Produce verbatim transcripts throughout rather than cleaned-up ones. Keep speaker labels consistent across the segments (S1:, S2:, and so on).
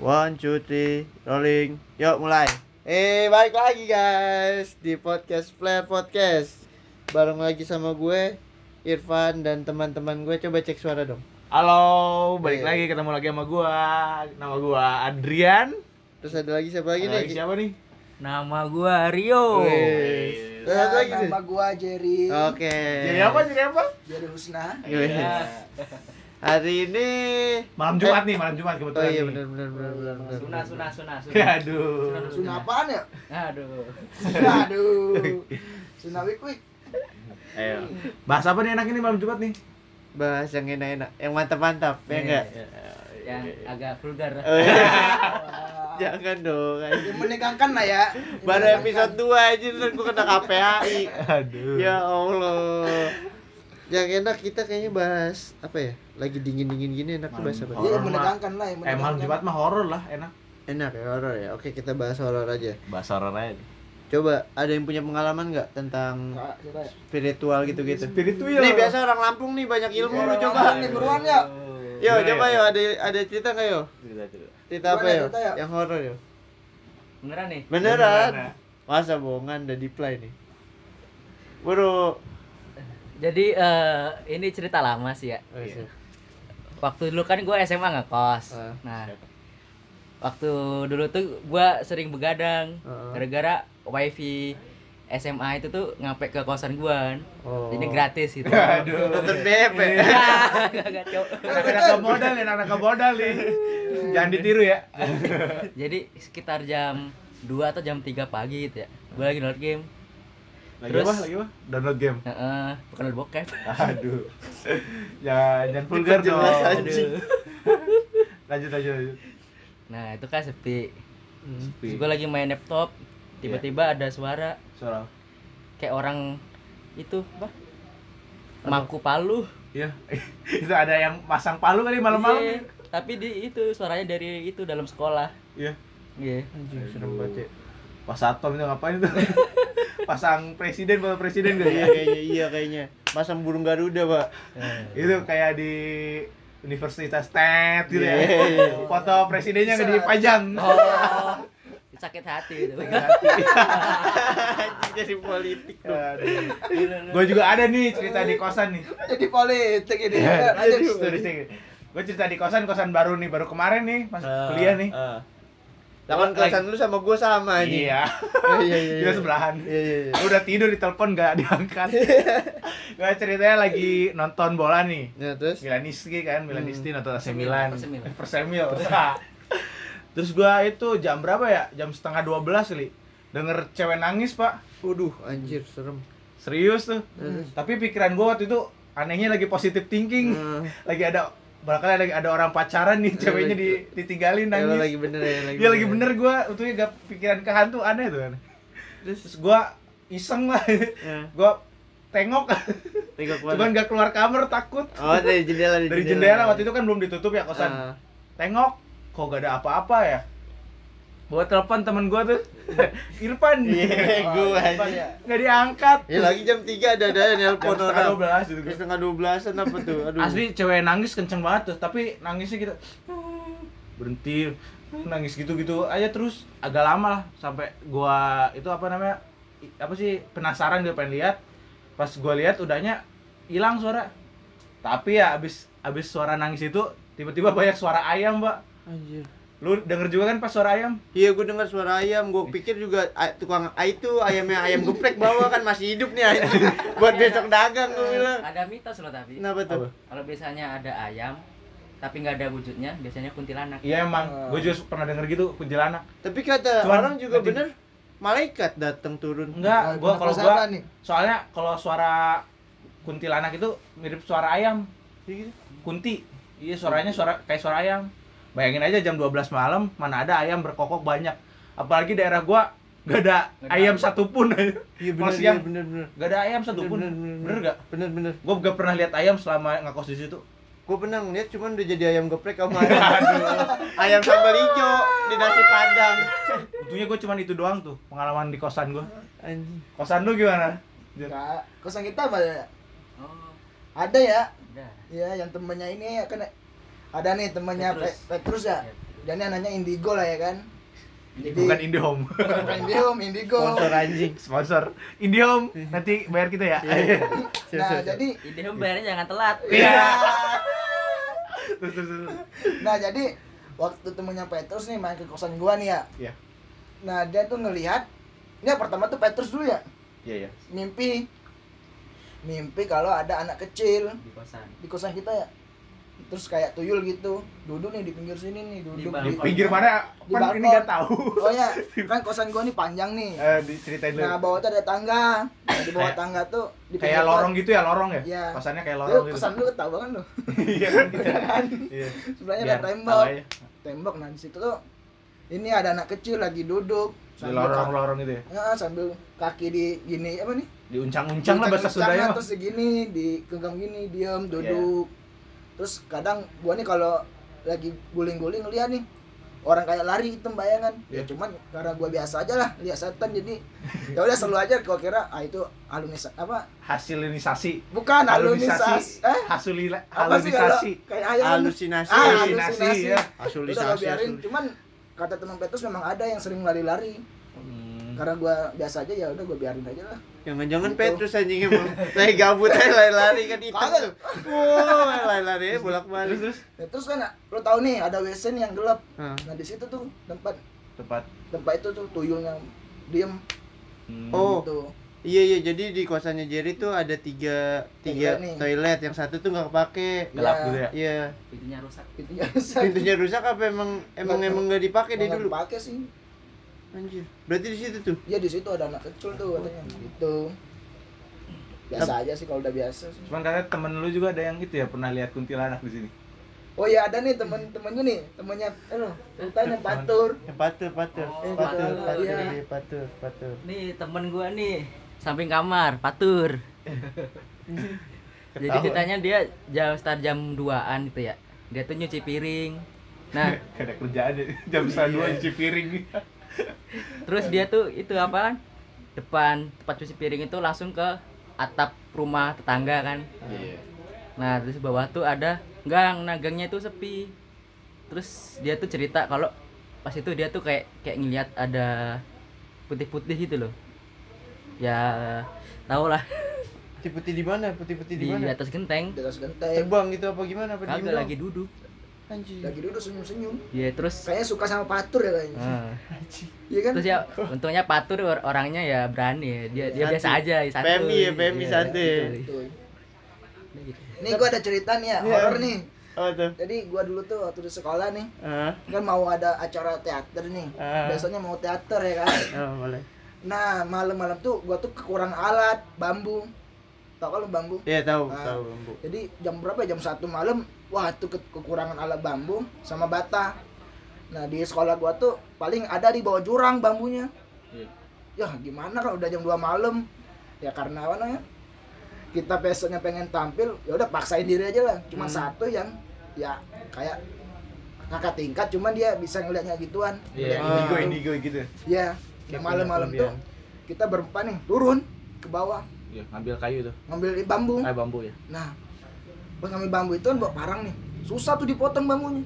S1: One, two, three, rolling. Yuk mulai. Eh, balik lagi guys di podcast Player Podcast. Bareng lagi sama gue, Irfan dan teman-teman gue. Coba cek suara dong.
S2: Halo, balik
S1: Eh.
S2: lagi ketemu lagi sama gua. Nama gua Adrian.
S1: Terus ada lagi siapa lagi
S2: Ada
S1: nih?
S2: lagi siapa nih?
S3: Nama gua Rio.
S1: Wih. Terus
S4: Ya,
S1: ada lagi nih.
S4: nama gua Jerry.
S1: Oke.
S2: Jadi apa? Jadi apa?
S4: Jerry Husna.
S1: Wih. Hari ini
S2: Malam Jumat nih, malam Jumat
S1: Oh
S2: kebetulan.
S1: iya
S2: nih.
S1: benar benar benar benar. benar.
S3: Sunah, sunah, sunah, sunah.
S2: Aduh.
S4: Suna apaan ya?
S3: Aduh.
S4: Aduh. Suna wik wik.
S2: Ayo. Bahas apa nih enak ini malam Jumat nih?
S1: Bahas yang enak-enak, yang mantap-mantap, ya enggak?
S3: Yang agak vulgar.
S1: Oh, iya.
S4: Wah.
S1: Jangan dong.
S4: Yang menegangkan lah ya. Yang
S1: Baru
S4: menegangkan.
S1: episode dua aja ntar gue kena K P A I.
S2: Aduh.
S1: Ya Allah. Yang enak kita kayaknya bahas apa ya? Lagi dingin-dingin gini enak tuh bahas apa?
S4: Iya, yang
S2: Horor
S4: menegangkan lah, yang
S2: Eh
S4: menegangkan.
S2: malam Jumat mah horor lah, enak.
S1: Enak ya horor ya. Oke, kita bahas horor aja.
S2: Bahas horor aja.
S1: Coba ada yang punya pengalaman nggak tentang
S4: Kak, siapa ya?
S1: spiritual gitu-gitu?
S2: Spiritual.
S1: Nih biasa orang Lampung nih banyak ilmu lu
S4: Orang
S1: coba.
S4: Lampung nih, buruan ya.
S1: Yo,
S2: Gimana
S1: coba
S2: ya?
S1: yo ada ada cerita nggak yo?
S2: Cerita-cerita.
S1: Cerita apa
S4: Gimana
S1: yo?
S4: cerita, yo?
S1: Yang horor yo.
S3: Beneran nih?
S1: Beneran?
S2: Beneran,
S1: Masa bohongan udah di play nih. Bro.
S3: Jadi eh, ini cerita lama sih ya.
S1: Oh, iya.
S3: Waktu dulu kan gua S M A ngekos.
S1: Ah.
S3: Nah, waktu dulu tuh gua sering begadang
S1: Ah.
S3: gara-gara wifi S M A itu tuh ngampek ke kosan gua.
S1: Oh.
S3: Jadi gratis gitu.
S2: Aduh.
S1: Nonton B F ya?
S3: Kagak, Cok.
S2: Anak-anak modal nih, anak-anak modal nih. Jangan ditiru ya.
S3: Jadi sekitar jam dua atau jam tiga pagi gitu ya. Gua lagi download game.
S2: Lagi
S3: Terus-
S2: apa? Lagi apa? Download game.
S3: Heeh, bukan download bokep.
S2: Aduh. Jangan jangan vulgar
S1: Bukan jelas
S2: dong.
S1: anjing.
S2: Lanjut lanjut lanjut.
S3: Nah, itu kan sepi.
S1: Hmm.
S3: Terus gue lagi main laptop, tiba-tiba ada suara
S2: Suara.
S3: kayak orang itu apa?
S1: Apa?
S3: Maku palu.
S2: Iya. Itu ada yang masang palu kali malam-malam.
S3: Iya, tapi di itu suaranya dari itu dalam sekolah.
S2: Iya.
S3: Iya.
S1: Anjing serem banget ya.
S2: Pas Satpam itu ngapain tuh? Pasang presiden, bapak presiden gak
S1: Iya
S2: ya?
S1: kayaknya iya kayaknya. Masang burung Garuda, Pak.
S2: Itu kayak di Universitas Tet gitu
S1: Iya.
S2: ya. Foto presidennya nggak dipajang.
S3: Oh. Sakit hati itu.
S1: Anjing jadi politik tuh.
S2: Gue juga ada nih cerita di kosan nih.
S4: Jadi politik ini.
S2: Iya,
S4: Lanjut.
S2: Gue cerita di kosan, kosan baru nih, baru kemarin nih, pas kuliah nih.
S1: Ah. Lawan kelasan lu sama gua sama anjing.
S2: Iya.
S1: Oh, iya iya.
S2: Kita
S1: iya.
S2: sebelahan.
S1: Iya iya iya.
S2: Gua udah tidur di telepon gak diangkat. Gue ceritanya lagi nonton bola nih.
S1: Ya terus
S2: Milanisti kan, Milanisti
S1: Hmm.
S2: nonton A C
S3: Persemil,
S2: Milan.
S3: Persemil.
S2: Eh, Persemil. Terus gua itu jam berapa ya? Jam setengah dua belas kali. Denger cewek nangis, Pak.
S1: waduh anjir serem.
S2: Serius tuh.
S1: Terus?
S2: Tapi pikiran gua waktu itu anehnya lagi positive thinking.
S1: Hmm.
S2: Lagi ada barangkali lagi ada orang pacaran nih, ceweknya di, ditinggalin
S1: Ya, lu
S2: nangis.
S1: lagi bener ya lagi.
S2: Dia lagi bener gua untungnya gak pikiran ke hantu, aneh tuh kan.
S1: Terus
S2: Terus gua iseng lah.
S1: ya,
S2: Gua tengok.
S1: tengok
S2: Cuman
S1: mana?
S2: gak keluar kamar takut.
S1: Oh, dari jendela
S2: Dari jendela waktu itu kan belum ditutup ya kosan.
S1: Ah.
S2: Tengok, kok gak ada apa-apa ya? Gua telepon temen gua tuh. Irfan.
S1: Iya, gua
S4: Irfan
S1: anjing.
S4: ya.
S2: Nggak diangkat.
S1: Ya lagi jam tiga ada ada
S2: Jam
S1: nelpon
S2: setengah
S1: orang.
S2: dua belas gitu.
S1: Jam setengah dua belasan apa tuh? Aduh.
S2: Asli cewek nangis kenceng banget tuh, tapi nangisnya gitu berhenti, nangis gitu-gitu aja terus agak lama lah sampai gua itu apa namanya i- apa sih penasaran gue pengen lihat. Pas gua lihat udahnya hilang suara. Tapi ya abis abis suara nangis itu tiba-tiba banyak suara ayam, Mbak.
S1: Anjir.
S2: Lu denger juga kan pas suara ayam?
S1: Iya, gue dengar suara ayam. Gue pikir juga a- tukang a- itu ayamnya ayam geprek bawa kan masih hidup nih anjing. Buat besok dagang gue bilang.
S3: Ada mitos loh tapi.
S1: Kenapa tuh?
S3: Kalau biasanya ada ayam tapi nggak ada wujudnya, biasanya kuntilanak.
S2: Iya emang, gue juga pernah denger gitu kuntilanak.
S1: Tapi kata
S2: Cuman
S1: orang juga
S2: nanti-
S1: bener malaikat datang turun.
S2: Enggak, gua kalau
S4: Kenapa
S2: gua
S4: siapa nih?
S2: soalnya kalau suara kuntilanak itu mirip suara ayam.
S1: Iya gitu.
S2: Kunti. Iya suaranya suara kayak suara ayam. Bayangin aja jam dua belas malam mana ada ayam berkokok banyak. Apalagi daerah gua gak ada
S3: Nggak ada
S2: ayam
S3: ayam.
S2: satupun.
S1: Iya
S2: Kalau
S1: bener,
S2: siang
S1: iya, bener bener.
S2: gak ada ayam satupun.
S1: Bener, bener,
S2: Bener gak?
S1: Bener bener.
S2: Gua gak pernah lihat ayam selama ngekos di situ.
S1: Gue pernah ngeliat cuman udah jadi ayam geprek sama ayam. Ayam sambal hijau di nasi padang.
S2: Untungnya gua cuman itu doang tuh pengalaman di kosan gua.
S1: Anjing.
S2: Kosan lu gimana?
S4: Enggak. Kosan kita apa ya?
S3: Oh,
S4: Ada ya?
S3: ada.
S4: Ya, yang temennya ini kan ada nih temennya
S3: Petrus.
S4: Pe- Petrus ya.
S3: Ya, terus.
S4: dan ini nanya Indigo lah ya kan. Jadi,
S2: Bukan Indihome.
S4: bukan Indihome, Indigo.
S1: Sponsor anjing.
S2: Sponsor Indihome. Nanti bayar kita ya.
S1: Siap,
S4: Nah,
S1: siap, siap.
S4: jadi
S3: Ini bayarnya jangan telat.
S2: Iya. Terus terus terus.
S4: nah, jadi waktu temennya Petrus nih main ke kosan gua nih ya.
S2: Iya.
S4: Nah, dia tuh ngelihat ini yang pertama tuh Petrus dulu ya.
S2: Iya, iya.
S4: Mimpi mimpi kalau ada anak kecil
S3: Di kosan.
S4: di kosan kita ya. Terus kayak tuyul gitu, duduk nih di pinggir sini nih, duduk
S3: balkon.
S2: Di pinggir mana?
S4: Di
S2: Kan ini
S4: balkon.
S2: enggak tahu.
S4: Oh ya, kan kosan gua nih panjang nih.
S2: Eh, diceritain dulu.
S4: Nah, bawah tuh ada tangga. Nah, di bawah
S2: Kayak-
S4: tangga tuh di
S2: Kayak
S4: pinggir
S2: lorong gitu ya, lorong ya?
S4: Iya.
S2: Kosannya kayak
S4: Lu
S2: lorong gitu.
S4: kosan lu tahu banget lu.
S2: Iya kan gitu. Iya.
S4: Sebelahnya
S2: Biar
S4: ada
S2: tahu
S4: tembok.
S2: aja.
S4: Tembok nah di situ tuh ini ada anak kecil lagi duduk
S2: Di
S4: sambil
S2: lorong-lorong gitu ya.
S4: ka- ya, sambil kaki di gini apa nih?
S2: Diuncang-uncang lah bahasa
S4: Diuncang-uncang
S2: Sundanya.
S4: terus segini digenggam gini, diem duduk. Terus kadang gua nih kalau lagi guling-guling ngeliat nih orang kayak lari hitam bayangan. Ya
S2: Iya.
S4: cuman karena gua biasa aja lah lihat setan jadi ya udah selalu aja gua kira ah itu halunis apa?
S2: Hasilisasi.
S4: Bukan halunisasi. Eh?
S2: Hasulila,
S4: Apa sih kalau
S2: halunisasi.
S4: kayak ayam?
S1: Halusinasi.
S4: Ah,
S2: Halusinasi,
S4: halusinasi.
S2: ya.
S1: Asulisasi,
S4: Udah gua biarin,
S1: asulis.
S4: cuman kata teman Petrus memang ada yang sering lari-lari.
S2: Hmm.
S4: Karena gua biasa aja ya udah gua biarin aja lah.
S1: Jangan-jangan
S4: Gitu.
S1: Petrus anjing emang lagi gabut aja lari-lari kan hitam
S4: Kagak.
S1: tuh. Wow, lari-lari bolak-balik.
S2: Terus terus
S4: Nah, terus kan lo tahu nih ada W C nih yang gelap.
S1: Hah.
S4: Nah di situ tuh tempat
S2: tepat.
S4: tempat itu tuh tuyulnya diem
S2: Hmm.
S1: Oh.
S4: gitu.
S1: Iya iya, jadi di kosannya Jerry tuh ada tiga tiga
S4: Toilet nih.
S1: toilet, yang satu tuh nggak kepake.
S2: Gelap
S4: Iya.
S2: gitu ya.
S1: Iya.
S3: Pintunya rusak.
S4: Pintunya rusak.
S1: Pintunya rusak apa emang emang
S4: Nggak-
S1: emang nggak dipakai dari
S4: Nggak
S1: dulu?
S4: dipakai sih.
S1: Anjir. Berarti di situ tuh.
S4: Ya di situ ada anak kecil tuh katanya gitu. Biasa aja sih kalau udah biasa sih.
S2: Cuman katanya temen lu juga ada yang gitu ya pernah lihat kuntilanak di sini.
S4: Oh ya ada nih temen-temennya nih, temennya eh lo, tanya Patur.
S1: Eh, patur, patur,
S3: Oh,
S1: patur,
S4: Patur,
S1: patur,
S4: iya.
S1: iya, patur, patur.
S3: Nih temen gua nih samping kamar, Patur. Jadi
S1: Ketawa.
S3: ceritanya dia jam start jam duaan gitu ya. Dia tuh nyuci piring. Nah,
S2: Gak ada kerjaan ya. Jam setengah dua cuci piring.
S3: terus dia tuh itu apa? Depan tempat cuci piring itu langsung ke atap rumah tetangga kan.
S2: Iya.
S3: Nah, terus bawah tuh ada gang, nah gangnya itu sepi. Terus dia tuh cerita kalau pas itu dia tuh kayak kayak ngeliat ada putih-putih gitu loh. Ya, tau lah
S1: Putih-putih di mana? Putih-putih di
S3: di
S1: mana?
S3: atas genteng.
S4: Di atas genteng.
S1: Terbang gitu apa gimana? Apa diem
S3: Kagak
S1: doang?
S3: lagi duduk.
S1: Anjir.
S4: Lagi duduk senyum-senyum.
S3: Ya terus
S4: Kayaknya suka sama Patur ya kayaknya.
S3: ah.
S4: Iya kan?
S3: Terus ya untungnya Patur or- orangnya ya berani ya. Dia dia
S1: Santuy.
S3: biasa aja, santuy.
S1: P M I ya, P M I
S3: Iya,
S1: santuy.
S3: gitu.
S4: Tuh.
S3: Gitu.
S4: Nih gua ada cerita nih ya,
S1: Iya.
S4: horor nih.
S1: Oh tuh.
S4: Jadi gua dulu tuh waktu di sekolah nih,
S1: Ah,
S4: kan mau ada acara teater nih.
S1: Ah.
S4: Biasanya mau teater ya kan.
S1: oh, boleh.
S4: Nah, malam-malam tuh gua tuh kekurangan alat, bambu. Tahu kan lu bambu?
S1: Iya tahu,
S4: Ah.
S1: tahu bambu.
S4: Jadi jam berapa? ya? Jam satu malam. Wah, itu ke- kekurangan alat bambu sama bata. Nah, di sekolah gua tuh paling ada di bawah jurang bambunya.
S2: Iya.
S4: Ya, gimana kan udah jam dua malam. Ya karena apa namanya? Kita besoknya pengen tampil, ya udah paksain diri aja lah. Cuma
S1: Hmm.
S4: satu yang ya kayak kakak tingkat, cuman dia bisa ngeliatnya gituan.
S2: Iya,
S1: Ah.
S2: indigo indigo gitu.
S4: Ya,
S1: Kayak
S4: yang malam-malam
S1: punya
S4: tuh kita berempat nih turun ke bawah
S2: Iya, ngambil kayu tuh.
S4: ngambil bambu.
S2: Kayu bambu ya.
S4: Nah, pas ngambil bambu itu kan bawa parang nih. Susah tuh dipotong bambunya.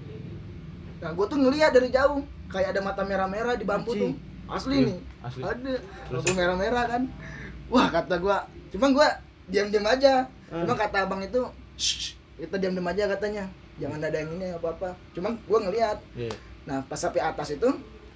S4: Nah, gue tuh ngeliat dari jauh kayak ada mata merah-merah di bambu
S1: Anjing.
S4: tuh. Asli
S2: Iya,
S4: nih.
S2: asli.
S4: Ada. Lampu merah-merah kan. Wah, kata gua, cuma gua diam-diam aja.
S1: Hmm.
S4: Cuma kata abang itu, "Shh, kita diam-diam aja," katanya. Jangan ada yang ini apa-apa. Cuma gua ngeliat.
S2: Iya.
S4: Nah, pas sampai atas itu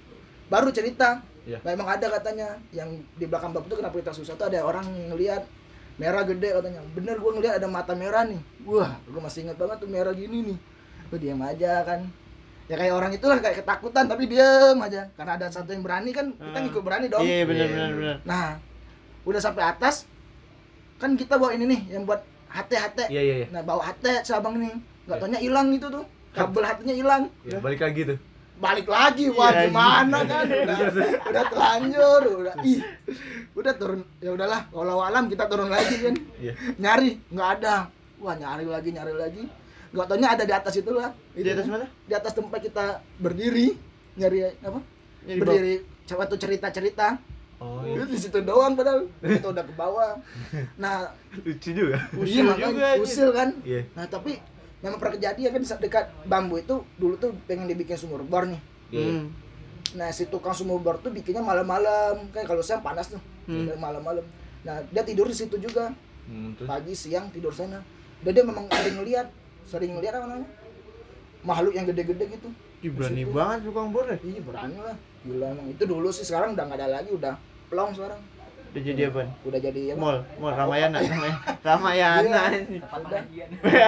S4: baru cerita.
S2: Iya.
S4: Memang ada katanya yang di belakang bambu tuh kenapa kita susah tuh ada orang ngeliat merah gede katanya. Bener gua ngeliat ada mata merah nih. Wah, gua masih ingat banget tuh merah gini nih. Gua diam aja kan. Ya kayak orang itulah kayak ketakutan tapi diam aja. Karena ada satu yang berani kan, kita
S1: Hmm.
S4: ngikut berani dong.
S1: Iya benar
S2: Iya.
S1: benar benar.
S4: Nah, udah sampai atas kan kita bawa ini nih yang buat H T H T.
S2: Iya iya iya.
S4: Nah, bawa H T si abang nih. Enggak
S2: Iya.
S4: taunya hilang itu tuh. Kabel H T-nya hilang.
S2: Iya, balik lagi tuh.
S4: Balik lagi, wah
S1: Iya,
S4: gimana kan? Udah, udah telanjur, udah ih. Udah turun. Ya udahlah, walau alam kita turun lagi kan.
S2: Iya.
S4: Nyari, nggak ada. Wah, nyari lagi, nyari lagi. Enggak taunya ada di atas itulah.
S1: Di atas mana?
S4: Di atas tempat kita berdiri, nyari apa?
S1: Nyari
S4: Berdiri suatu cerita-cerita.
S2: Oh
S4: Itu di situ doang padahal kita udah ke bawah. Nah,
S2: Lucu juga.
S4: usil
S1: Usil juga,
S4: juga
S1: anjir.
S4: usil kan.
S2: Iya.
S4: Nah, tapi memang pernah kejadian kan dekat bambu itu dulu tuh pengen dibikin sumur bor nih.
S1: Hmm.
S4: Nah si tukang sumur bor tuh bikinnya malam-malam kan kalau siang panas tuh,
S1: Hmm.
S4: malam-malam. Nah dia tidur di situ juga,
S2: Hmm, terus
S4: pagi siang tidur sana. Dan dia memang sering ngeliat, sering ngeliat apa namanya makhluk yang gede-gede gitu.
S1: Ih, berani
S4: Di situ.
S1: banget tukang bor ya.
S4: Iya berani lah, gila emang. Itu dulu sih, sekarang udah nggak ada lagi, udah plong sekarang.
S1: Udah jadi apa?
S4: Udah jadi apa?
S1: Mall, mall Ramayana, Ramayana. Ramayana.
S3: Tempat pengajian.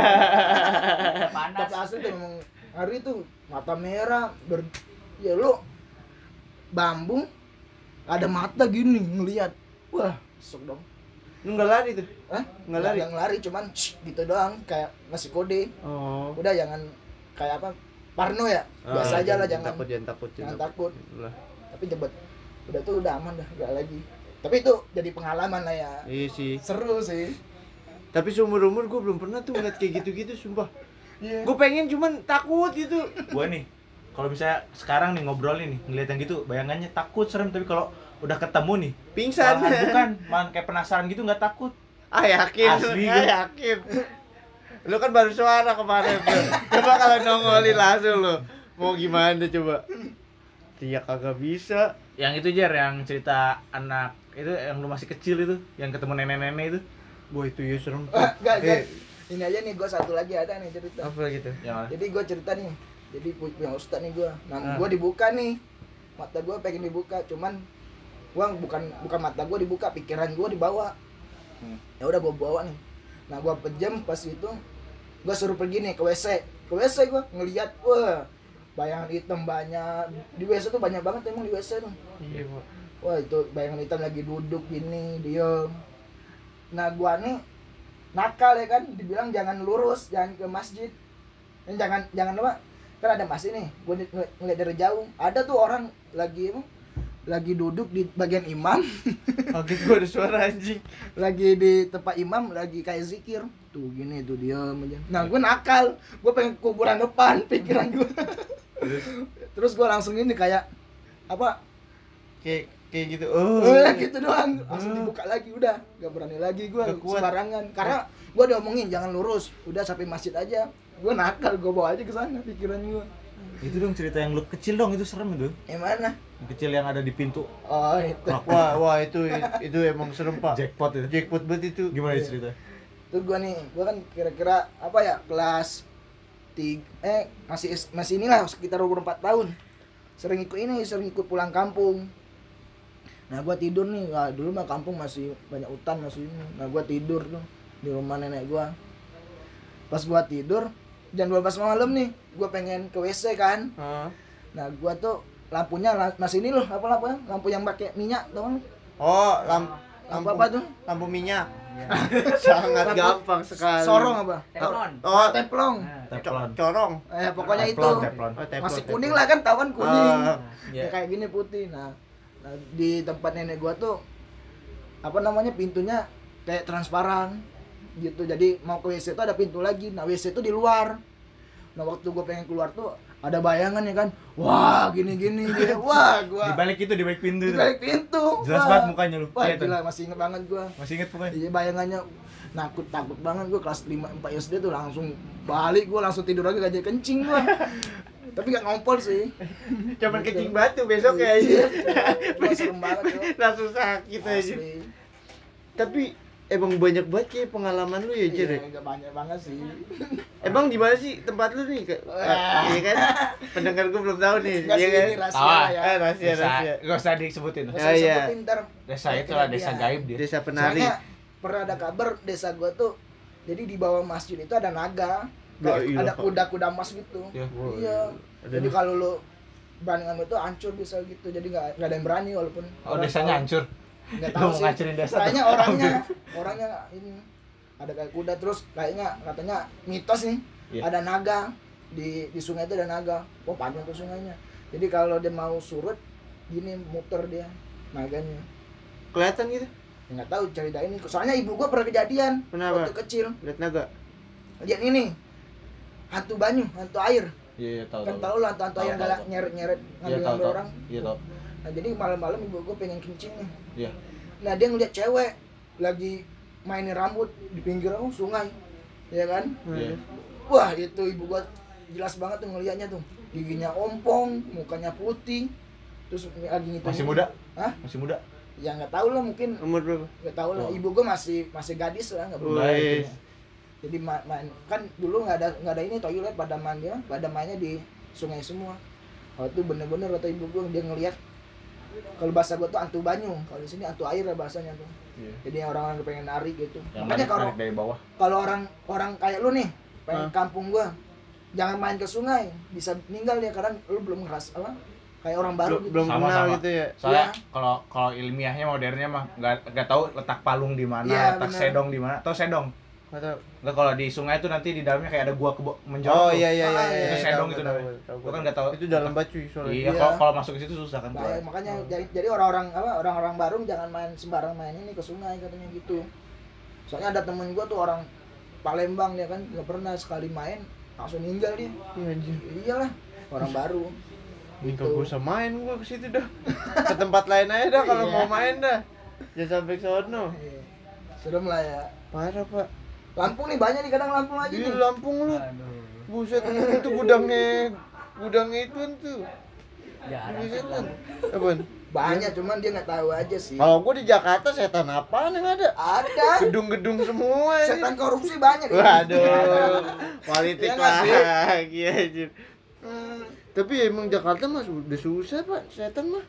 S4: Tapi
S3: Panas.
S4: asli tuh memang hari itu mata merah ber ya lu bambu ada mata gini ngelihat, wah sok dong.
S1: Lu enggak lari tuh.
S4: Hah?
S1: Nggak lari?
S4: Yang lari cuman shh, gitu doang kayak ngasih kode.
S1: Oh.
S4: Udah jangan kayak apa? Parno ya.
S1: Ah,
S4: Biasa aja lah, jangan
S1: takut, jangan takut,
S4: jangan takut.
S1: Lah.
S4: Tapi cepet. Udah tuh udah aman dah, enggak lagi. Tapi itu jadi pengalaman lah ya.
S1: Iya sih.
S4: Seru sih.
S1: Tapi seumur umur gue belum pernah tuh ngeliat kayak gitu-gitu, sumpah.
S4: Iya.
S1: Gue pengen cuman takut gitu.
S2: gua nih kalau misalnya sekarang nih ngobrol nih ngeliat yang gitu bayangannya takut serem, tapi kalau udah ketemu nih
S1: Pingsan.
S2: malahan bukan, malah kayak penasaran gitu, nggak takut.
S1: Ah yakin,
S2: Asli,
S1: ah,
S2: gua.
S1: yakin. Lu kan baru suara kemarin bro. Coba kalau nongolin langsung lu. Mau gimana coba? Dia kagak bisa.
S2: Yang itu Jer, yang cerita anak itu yang lu masih kecil itu, yang ketemu nenek-nenek itu.
S1: Wah itu ya serem.
S4: Ah, enggak, enggak.
S1: Eh,
S4: Ini aja nih gue satu lagi ada nih cerita.
S1: apa gitu?
S2: Yang mana?
S4: Jadi gue cerita nih, jadi punya ustad nih gue. Nah
S1: Ah.
S4: gue dibuka nih, mata gue pengen dibuka, cuman gue bukan bukan mata gue dibuka, pikiran gue dibawa.
S2: Hmm.
S4: Ya udah gue bawa nih. Nah gue pejam pas itu, gue suruh pergi nih ke W C. Ke W C gue ngeliat, wah bayangan hitam banyak. Di W C tuh banyak banget emang di W C tuh.
S1: Iya, Pak.
S4: Wah itu bayangan hitam lagi duduk gini, diem. Nah gua nih nakal ya kan, dibilang jangan lurus, jangan ke masjid. Dan jangan jangan apa? Kan ada masjid nih. Gua ng- ng- ngeliat dari jauh, ada tuh orang lagi emang lagi duduk di bagian imam,
S1: Kaget gua ada suara anjing.
S4: lagi di tempat imam, lagi kayak zikir. Tuh gini tuh diam aja. Nah, gua nakal. Gua pengen kuburan depan pikiran gua. Terus gua langsung ini kayak apa?
S1: Kayak kayak gitu. Oh.
S4: Eh, gitu doang, langsung dibuka lagi, udah gak berani lagi gue
S1: Gak kuat.
S4: sembarangan karena gue diomongin jangan lurus, udah sampai masjid aja. Gue nakal, gue bawa aja ke sana pikiran gue.
S2: Itu dong cerita yang lu kecil dong, itu serem itu.
S4: Yang mana?
S2: Yang kecil yang ada di pintu.
S4: Oh itu.
S1: Wah, wah itu itu emang serem, Pak.
S2: Jackpot itu.
S1: Jackpot banget itu.
S2: Gimana ya cerita?
S4: Itu gue nih, gue kan kira-kira apa ya kelas tiga, eh masih masih inilah sekitar umur empat tahun. Sering ikut ini, sering ikut pulang kampung. Nah gue tidur nih, nah, dulu mah kampung masih banyak hutan masih ini. Nah gue tidur tuh di rumah nenek gue. Pas gue tidur jam dua belas malam nih, gue pengen ke W C kan.
S1: Hah?
S4: Nah gue tuh lampunya la- masih ini loh, apa lampunya? Lampu yang pakai minyak tau kan?
S1: Oh, lampu
S4: Lampu apa tuh?
S1: Lampu minyak. Sangat
S4: Lampu
S1: gampang sekali.
S4: Sorong apa?
S3: Teflon.
S1: Oh,
S4: Teplong.
S3: Nah,
S2: Teflon.
S1: corong.
S4: Eh pokoknya itu.
S2: Teflon, teflon.
S1: Oh, teflon,
S4: Masih
S1: teflon.
S4: kuning lah kan, tahu kan kuning.
S1: Ah,
S4: Ya, kayak gini putih. Nah, nah, di tempat nenek gua tuh apa namanya pintunya kayak transparan gitu. Jadi mau ke W C itu ada pintu lagi. Nah, W C itu di luar. Nah, waktu gua pengen keluar tuh ada bayangan ya kan. Wah, gini-gini dia. Wah, gua
S2: Di balik itu, di balik pintu
S4: di
S2: itu.
S4: balik pintu.
S2: Jelas
S4: Wah.
S2: banget mukanya lu.
S4: Wah,
S2: Kelihatan.
S4: gila masih inget banget gua.
S2: Masih inget pokoknya.
S4: Iya bayangannya nakut takut banget gua kelas lima empat S D tuh langsung balik gua langsung tidur lagi gak jadi kencing gua. Tapi gak ngompol sih.
S1: Cuman
S4: Gitu.
S1: kencing batu besok ya.
S4: Iya, gua serem banget tuh.
S1: Langsung sakit aja.
S4: Asli.
S1: Tapi emang banyak banget kayak pengalaman lu ya, Jer. ya?
S4: Iya, gak banyak banget sih.
S1: Emang di mana sih tempat lu nih? Ke-
S4: Wah.
S1: Iya kan? Pendengar gua belum tahu nih.
S4: Enggak
S1: Iya
S4: sih
S1: kan?
S4: ini rahasia
S2: Tawa.
S4: lah ya.
S1: Eh, rahasia,
S2: Desa,
S1: rahasia.
S2: gak usah disebutin.
S4: Nggak
S1: Ya,
S4: usah
S1: iya.
S4: sebutin, ntar
S2: Desa
S4: kayak
S2: itu lah,
S4: kejadian.
S2: desa gaib dia.
S1: Desa penari.
S4: Soalnya pernah ada kabar desa gua tuh jadi di bawah masjid itu ada naga.
S1: Ya,
S4: Kayak
S1: iya.
S4: ada kuda-kuda emas gitu.
S2: Iya.
S4: Iya.
S1: Ada
S4: Jadi
S1: nih.
S4: kalau lu bandingan itu hancur bisa gitu. Jadi nggak nggak ada yang berani walaupun
S2: Oh,
S4: orang
S2: desanya
S4: tahu.
S2: hancur.
S4: Nggak
S2: Lu
S4: tahu
S2: mau
S4: sih.
S2: ngancurin desa tuh.
S4: Kayaknya orangnya orangnya ini ada kayak kuda terus kayaknya katanya mitos nih.
S2: Iya.
S4: Ada naga di di sungai itu ada naga. Oh, panjang tuh sungainya. Jadi kalau dia mau surut gini muter dia naganya.
S1: Kelihatan gitu.
S4: Ya, nggak tahu cerita ini. Soalnya ibu gua pernah kejadian
S1: Kenapa?
S4: waktu kecil.
S1: Lihat naga.
S4: Lihat ini. Hantu banyu, hantu air.
S2: Iya, iya, tahu.
S4: Kan tahu lah hantu-hantu
S2: Tahu,
S4: yang
S2: tahu,
S4: galak
S2: tahu.
S4: nyeret-nyeret
S2: Iya, tahu,
S4: ngambil-ngambil
S2: tahu.
S4: orang.
S2: Iya, tahu.
S4: Nah, jadi malam-malam ibu gua pengen kencing nih.
S2: Iya.
S4: Nah, dia ngeliat cewek lagi mainin rambut di pinggir oh, sungai. Ya kan?
S2: Iya.
S4: Wah itu ibu gua jelas banget tuh ngelihatnya tuh, giginya ompong, mukanya putih, terus lagi ngitung.
S2: Masih muda?
S4: Hah?
S2: Masih muda?
S4: Ya nggak tahu lah, mungkin
S1: Umur berapa?
S4: nggak tahu lah.
S2: Oh.
S4: Ibu gua masih masih gadis lah, nggak berubah.
S1: Wih.
S4: Jadi ma- main kan dulu nggak ada nggak ada ini toilet, pada mainnya pada mainnya di sungai semua. Oh itu bener-bener kata ibu gua, dia ngelihat kalau bahasa gua tuh antu banyu, kalau di sini antu air lah bahasanya tuh.
S2: Iya.
S4: Jadi orang-orang pengen nari gitu.
S2: Yang
S4: Makanya
S2: narik-
S4: kalau
S2: narik dari bawah.
S4: kalau orang orang kayak lu nih pengen
S1: Hah?
S4: kampung gua, jangan main ke sungai, bisa meninggal ya karena lu belum ngeras apa kayak orang baru
S1: Belum,
S4: gitu.
S1: belum
S2: Sama,
S1: kenal
S2: sama.
S1: gitu ya.
S2: Soalnya
S4: Iya.
S2: kalau kalau ilmiahnya modernnya mah nggak nggak tahu letak palung di mana,
S4: Iya,
S2: letak
S4: benar.
S2: sedong di mana. Tahu sedong?
S1: Atau
S2: Nggak, kalau di sungai itu nanti di dalamnya kayak ada gua kebo
S1: Oh
S2: menjorok. tuh.
S1: iya iya iya.
S4: Ah,
S1: iya,
S2: itu
S1: iya,
S2: sedong
S1: tahu,
S2: itu
S1: tahu,
S2: namanya.
S1: tahu,
S2: Gua
S1: tahu.
S2: kan nggak tahu.
S1: Itu dalam bacuy soalnya.
S2: Iya,
S4: Iya.
S2: kalau kalau masuk ke situ susah kan.
S4: Bahaya, makanya jadi, jadi orang-orang apa orang-orang baru jangan main sembarang main ini ke sungai katanya gitu. Soalnya ada temen gua tuh orang Palembang, dia kan nggak pernah sekali main langsung meninggal dia.
S1: Iya anjir.
S4: Iyalah, orang baru.
S1: Ini kagak usah main gua ke situ dah. Ke tempat lain aja dah kalau
S4: Iya.
S1: mau main dah. Jangan sampai ke sono.
S4: Iya. Serem lah ya.
S1: Parah, Pak.
S4: Lampung nih banyak nih kadang Lampung aja
S1: Di
S4: nih.
S1: Lampung lu. Buset, itu gudangnya gudangnya itu tuh.
S3: Jarang
S1: Buset
S3: sih
S1: lu.
S3: lah.
S1: Apaan?
S4: Banyak cuman dia nggak tahu aja sih.
S1: Kalau gua di Jakarta setan apaan yang ada?
S4: Ada.
S1: Gedung-gedung semua ini.
S4: Setan korupsi banyak.
S1: Waduh, politik
S4: Iya nggak sih?
S1: lagi anjir. Hmm, tapi emang Jakarta mah udah susah, Pak, setan mah.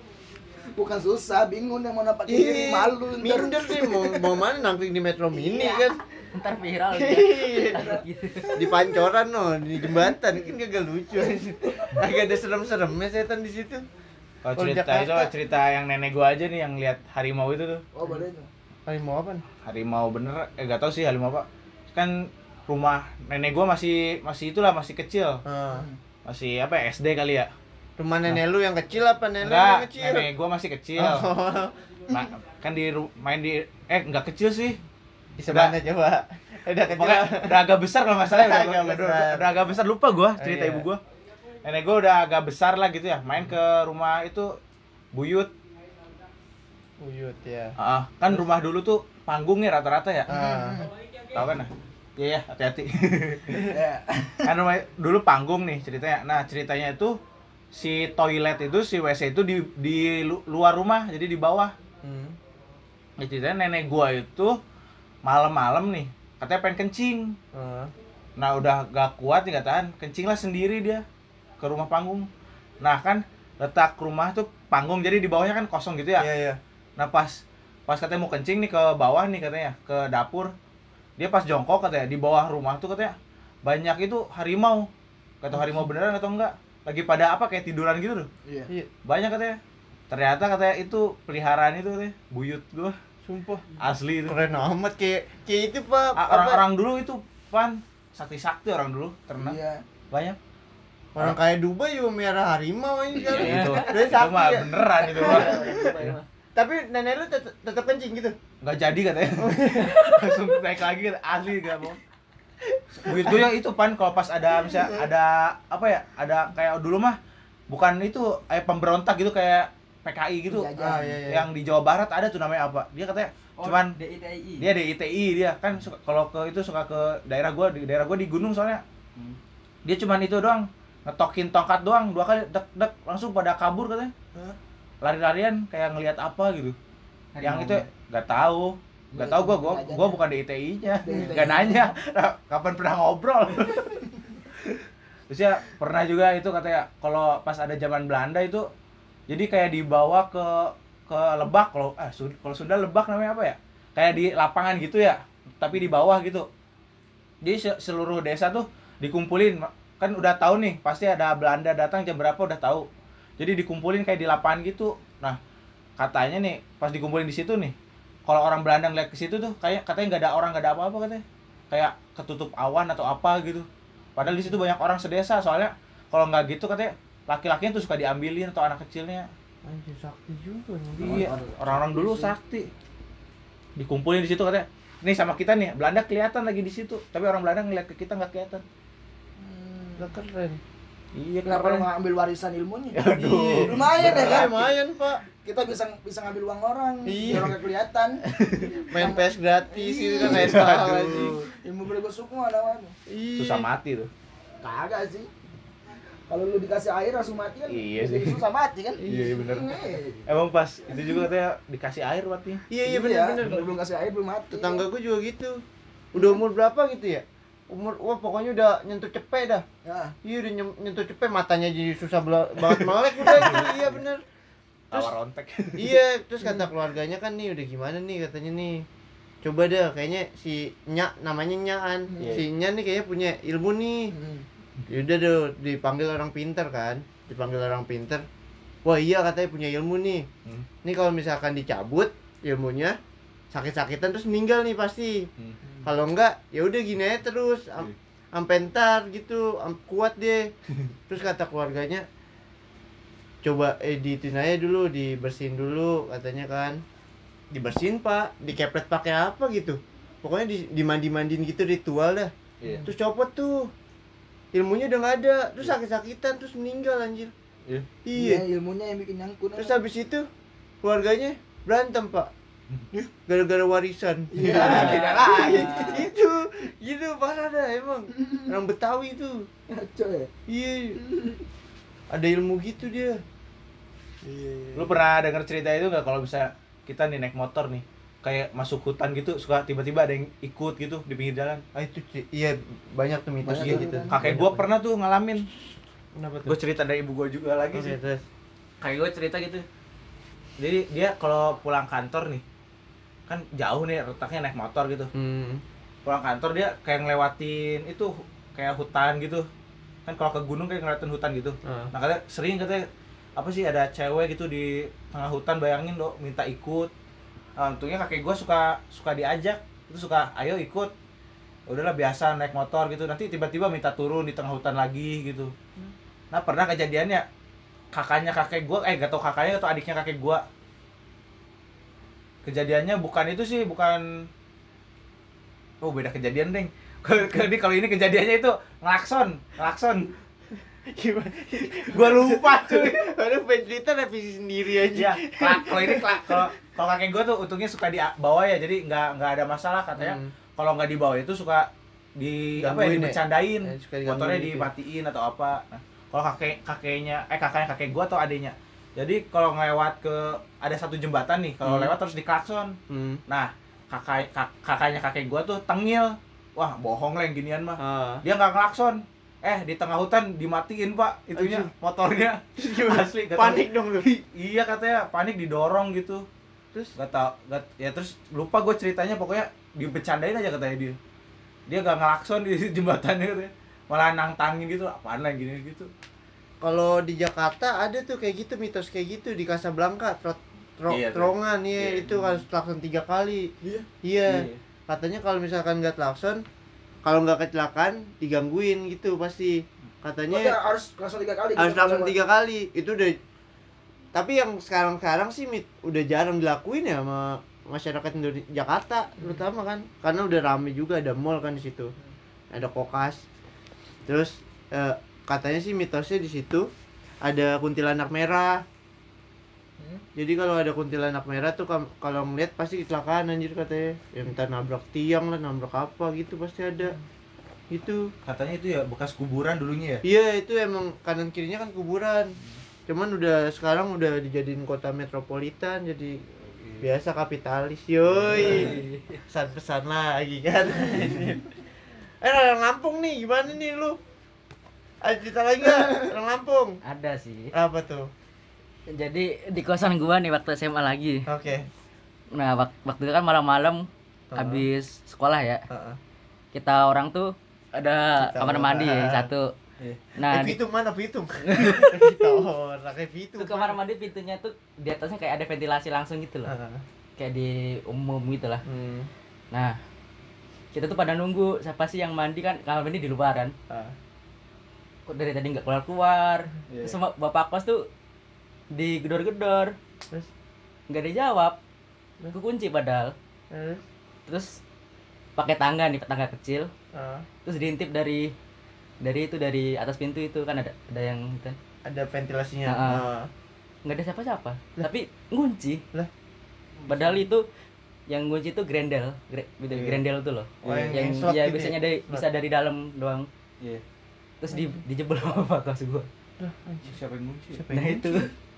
S4: Bukan susah, bingung yang mau dapat
S1: Ih,
S4: diri, malu ntar.
S1: minder sih mau mau mana nangkring di Metro Mini
S4: Iya.
S1: kan.
S3: Ntar viral
S1: Iya.
S3: dia. Gitu.
S1: Di pancoran no, di jembatan kan kagak lucu. Agak ada serem-seremnya setan di situ.
S2: Kalau
S1: Kalau
S2: cerita itu
S1: Jakarta.
S2: cerita yang nenek gua aja nih yang lihat harimau itu tuh.
S4: Oh boleh tuh.
S1: Kali mau apa?
S2: Harimau bener, eh gak tahu sih harimau apa. Kan rumah nenek gua masih masih itulah masih kecil.
S1: Ah.
S2: Masih apa ya, S D kali ya?
S1: Rumah nenek lu yang kecil apa nenek lu yang
S2: Enggak,
S1: kecil?
S2: nenek gua masih kecil.
S1: Oh.
S2: Ma- kan di ru- main di eh enggak kecil sih.
S1: Di sebelah coba. Udah kecil.
S2: Pokoknya udah agak besar kalau nggak salah ya, udah,
S1: Agak
S2: udah,
S1: besar.
S2: udah, udah agak besar, lupa gua cerita
S1: Oh, iya.
S2: ibu gua. Nenek gua udah agak besar lah gitu ya, main ke rumah itu buyut.
S1: Uyut ya.
S2: Ah, kan rumah dulu tuh panggungnya rata-rata ya.
S1: Ah.
S2: Tahu kan? Nah? Iya ya, hati-hati.
S4: Ya.
S2: Kan rumah dulu panggung nih ceritanya. Nah, ceritanya itu si toilet itu, si W C itu di di lu- luar rumah, jadi di bawah.
S1: Hmm.
S2: Ya, ceritanya nenek gua itu malam-malam nih, katanya pengen kencing.
S1: Ah.
S2: Nah, udah gak kuat nih kataan, kencing lah sendiri dia ke rumah panggung. Nah, kan letak rumah tuh panggung, jadi di bawahnya kan kosong gitu ya.
S1: Iya iya.
S2: Nah, pas pas katanya mau kencing nih ke bawah nih katanya, ke dapur. Dia pas jongkok katanya di bawah rumah tuh katanya banyak itu harimau. Kata harimau beneran atau enggak? Lagi pada apa kayak tiduran gitu tuh.
S4: Iya.
S1: Iya.
S2: Banyak katanya. Ternyata katanya itu peliharaan itu katanya, buyut gua.
S1: Sumpah.
S2: Asli itu.
S1: Keren amat kayak kayak itu, Pak.
S2: A- Orang-orang dulu itu pan sakti-sakti orang dulu ternak.
S4: Iya.
S2: Banyak.
S1: Orang kayak Dubai juga merah harimau ini sekarang.
S2: Ya, itu.
S1: Dia
S2: Itu
S1: sakti
S2: mah
S1: ya.
S2: beneran itu mah.
S1: Tapi nenek lu tet- tetap kencing gitu.
S2: Nggak jadi katanya. Langsung naik lagi asli gak mau. Buyut gue yang itu pan kalau pas ada misalnya ada apa ya? Ada kayak dulu mah bukan itu kayak pemberontak gitu kayak P K I gitu.
S4: Penjajah.
S1: Ah iya iya.
S2: Yang di Jawa Barat ada tuh namanya apa? Dia katanya
S3: Oh,
S2: cuman
S3: D I T I.
S2: dia D I T I dia kan suka kalau ke itu suka ke daerah gua di daerah gua di gunung soalnya.
S3: Hmm.
S2: Dia cuman itu doang, ngetokin tongkat doang dua kali dek dek langsung pada kabur katanya.
S1: Hah?
S2: Lari-larian kayak ngelihat apa gitu. Yang
S3: Harimau.
S2: itu nggak tahu. Nggak tahu gua gua gua bukan D I T I-nya.
S4: D I T I.
S2: Nggak nanya nah, kapan pernah ngobrol. Terus ya pernah juga itu katanya kalau pas ada zaman Belanda itu jadi kayak dibawa ke ke Lebak kalau eh Sud- kalau Sunda Lebak namanya apa ya? Kayak di lapangan gitu ya, tapi di bawah gitu. Jadi se- seluruh desa tuh dikumpulin, kan udah tahu nih pasti ada Belanda datang jam berapa udah tahu. Jadi dikumpulin kayak di lapangan gitu. Nah, katanya nih pas dikumpulin di situ nih, kalau orang Belanda ngeliat ke situ tuh kayak katanya nggak ada orang, nggak ada apa-apa katanya. Kayak ketutup awan atau apa gitu. Padahal di situ banyak orang sedesa soalnya kalau nggak gitu katanya laki-lakinya tuh suka diambilin atau anak kecilnya.
S1: Anjir sakti juga
S2: Iya, orang-orang dulu sakti. Dikumpulin di situ katanya. Nih sama kita nih, Belanda kelihatan lagi di situ, tapi orang Belanda ngeliat ke kita nggak kelihatan.
S1: Hmm, udah keren.
S2: Iya,
S4: Kenapa lu
S2: keren.
S4: nggak ambil warisan ilmunya?
S2: Aduh.
S4: Lumayan ya kan?
S1: Lumayan, Pak.
S4: Kita bisa bisa ngambil uang orang,
S1: Iya.
S4: biar orang nggak kelihatan.
S1: Main P S gratis itu kan
S4: Iya.
S1: rental
S2: Aduh.
S1: anjing.
S4: Ilmu gue semua namanya.
S1: Iya.
S2: Susah mati tuh.
S4: Kagak sih. Kalau lu dikasih air langsung mati kan?
S2: Iya
S4: jadi
S2: sih.
S4: susah mati kan?
S2: Iya, iya bener.
S4: Iya.
S2: Emang pas itu juga katanya dikasih air mati.
S1: Iya, iya bener-bener.
S4: Kalau belum kasih air belum mati.
S1: Tetangga gue juga gitu. Udah umur berapa gitu ya? Umur, wah pokoknya udah nyentuh cepet dah.
S4: Ya.
S1: Iya udah nyem- nyentuh cepet, matanya jadi susah bela- banget melek udah gitu. Iya bener. Terus-
S2: Tawar rontek.
S1: Iya, terus kata keluarganya kan nih udah gimana nih katanya nih. Coba deh kayaknya si Nya namanya Nyaan.
S2: Iya.
S1: Si Nya nih kayaknya punya ilmu nih.
S4: Hmm.
S1: Yaudah deh dipanggil orang pinter kan. Dipanggil orang pinter. Wah iya katanya punya ilmu nih.
S2: Hmm.
S1: Nih kalau misalkan dicabut ilmunya sakit-sakitan terus meninggal nih pasti.
S2: Hmm.
S1: Kalau enggak ya udah gini aja terus am- sampai ntar gitu am- kuat deh. Terus kata keluarganya coba editin aja dulu, dibersihin dulu katanya kan. Dibersihin Pak, dikepret pakai apa gitu. Pokoknya di dimandi-mandiin gitu ritual dah.
S2: Iya.
S1: Terus copot tuh. Ilmunya udah nggak ada, terus sakit-sakitan terus meninggal anjir.
S2: Iya.
S1: Iya.
S4: Iya, ilmunya yang bikin nyangkut.
S1: Terus habis itu keluarganya berantem Pak. Gara-gara warisan.
S4: Iya, beda lagi.
S1: Itu, gitu parah dah emang. Orang Betawi itu.
S4: Ngaco ya.
S1: Iya. Ada ilmu gitu dia.
S4: Iya.
S2: Lu pernah denger cerita itu nggak kalau bisa kita nih naik motor nih kayak masuk hutan gitu suka tiba-tiba ada yang ikut gitu di pinggir jalan.
S1: Ah itu Ci. Iya banyak tuh mitos
S4: Banyak
S1: kayak
S4: tuh
S1: gitu.
S4: kan.
S2: Kakek gua pernah tuh ngalamin.
S1: Kenapa tuh?
S2: Gue cerita dari ibu gua juga lagi
S1: Oke,
S2: sih.
S1: terus.
S3: Kayak gue cerita gitu.
S2: Jadi dia kalau pulang kantor nih kan jauh nih letaknya naik motor gitu.
S1: Hmm.
S2: Pulang kantor dia kayak ngelewatin itu kayak hutan gitu. Kan kalau ke gunung kayak ngelewatin hutan gitu.
S1: Ah.
S2: Nah katanya sering katanya apa sih ada cewek gitu di tengah hutan, bayangin dong minta ikut. Nah, untungnya kakek gua suka suka diajak, itu suka ayo ikut. Udahlah biasa naik motor gitu, nanti tiba-tiba minta turun di tengah hutan lagi gitu. Nah pernah kejadiannya kakaknya kakek gua eh gak tau kakaknya atau adiknya kakek gua, kejadiannya bukan itu sih, bukan, oh beda kejadian deng. Jadi kalau ini kejadiannya itu ngelakson ngelakson
S1: Gimana?
S2: gua lupa cuy.
S1: Ada pengen cerita revisi sendiri aja.
S2: Ya, kelak, kalau ini kelak, kalau kalau kakek gua tuh untungnya suka di bawah ya, jadi nggak nggak ada masalah katanya.
S1: Hmm.
S2: Kalau nggak di bawah itu suka di apa ya,
S1: Gangguin ya?
S2: dibercandain,
S1: Eh, suka digangguin
S2: motornya
S1: gitu ya?
S2: dimatiin atau apa. Nah, kalau kakek kakeknya eh kakaknya kakek gua atau adiknya, jadi kalau ngelewat ke ada satu jembatan nih, kalau
S1: Hmm.
S2: lewat terus diklakson.
S1: Hmm.
S2: Nah kakak kak, kakaknya kakek gua tuh tengil, wah bohong lah yang ginian mah.
S1: Ah.
S2: Dia nggak ngelakson, eh di tengah hutan dimatiin pak itunya
S1: Anjir.
S2: motornya. Asli kata-
S1: Panik dong lu.
S2: Iya katanya panik, didorong gitu.
S1: Terus
S2: Gak tau, gak, ya terus lupa gue ceritanya, pokoknya dibecandain aja katanya dia. Dia gak ngelakson di jembatannya katanya, malah nantangin gitu, apaan lah gini gitu.
S1: kalau di Jakarta ada tuh kayak gitu, mitos kayak gitu di Casablanca, tro, tro,
S2: Iya, tuh.
S1: terongan ya,
S2: Iya.
S1: itu harus klakson tiga kali.
S4: Iya.
S1: Iya. Katanya kalau misalkan nggak klakson, kalau nggak kecelakaan digangguin gitu pasti. Katanya
S4: Makanya harus langsung tiga kali.
S1: harus
S4: gitu,
S1: klakson
S4: sama-
S1: tiga kali. Itu udah. Tapi yang sekarang-sekarang sih mit, udah jarang dilakuin ya sama masyarakat Indonesia, Jakarta terutama kan, karena udah rame juga, ada mall kan di situ, ada kokas. Terus eh, katanya sih mitosnya di situ ada kuntilanak merah.
S4: Hmm.
S1: Jadi kalau ada kuntilanak merah tuh kam- kalau ngeliat pasti kecelakaan anjir katanya. Ya entah nabrak tiang lah, nabrak apa gitu pasti ada. Itu.
S2: Katanya itu ya bekas kuburan dulunya ya.
S1: Iya, itu emang kanan kirinya kan kuburan. Cuman udah sekarang udah dijadiin kota metropolitan, jadi biasa kapitalis. Yoi. Pesan-pesan lagi kan. Eh, orang Lampung nih, gimana nih lu? Ada cerita lagi nggak? Orang Lampung.
S3: Ada sih.
S1: Apa tuh?
S3: Jadi di kosan gua nih waktu S M A lagi.
S1: Oke.
S3: Nah, wak- waktu itu kan malam-malam
S1: Heeh.
S3: habis sekolah ya.
S1: Heeh.
S3: Kita orang tuh ada
S1: Kita
S3: kamar
S1: orang.
S3: mandi satu.
S2: Iya.
S3: Nah,
S1: eh,
S3: di,
S1: Pitung mana Pitung? Kita orang kayak Pitung.
S3: itu kamar mandi pintunya tuh di atasnya kayak ada ventilasi langsung gitu loh.
S1: Heeh.
S3: Kayak di umum gitu lah.
S1: Hmm.
S3: Nah, kita tuh pada nunggu siapa sih yang mandi, kan kamar mandi di luar kan.
S1: Ah.
S3: Kok dari tadi nggak keluar-keluar.
S2: Iya.
S3: Terus sama bapak kos tuh digedor-gedor,
S1: Terus
S3: nggak dijawab. Kekunci padahal.
S1: terus
S3: Terus pakai tangga nih, tangga kecil.
S1: ah.
S3: Terus diintip dari dari itu dari atas pintu itu kan ada ada yang kan
S1: Ada ventilasinya.
S3: Ah, ah.
S1: Ah.
S3: nggak ada siapa-siapa tapi ngunci
S1: Lah.
S3: padahal itu yang ngunci itu grendel gre, gitu,
S1: Iya.
S3: grendel tuh loh
S1: Oh, yang-
S3: yang,
S1: yang slot
S3: ya
S1: gitu
S3: biasanya
S1: ya?
S3: dari
S1: Slot.
S3: bisa dari dalam doang
S2: Iya.
S3: terus di dijebol sama pak kos gua
S1: Lah, anjir.
S2: Siapa yang ngunci?
S1: Siapa yang
S3: nah
S1: ngunci?
S3: itu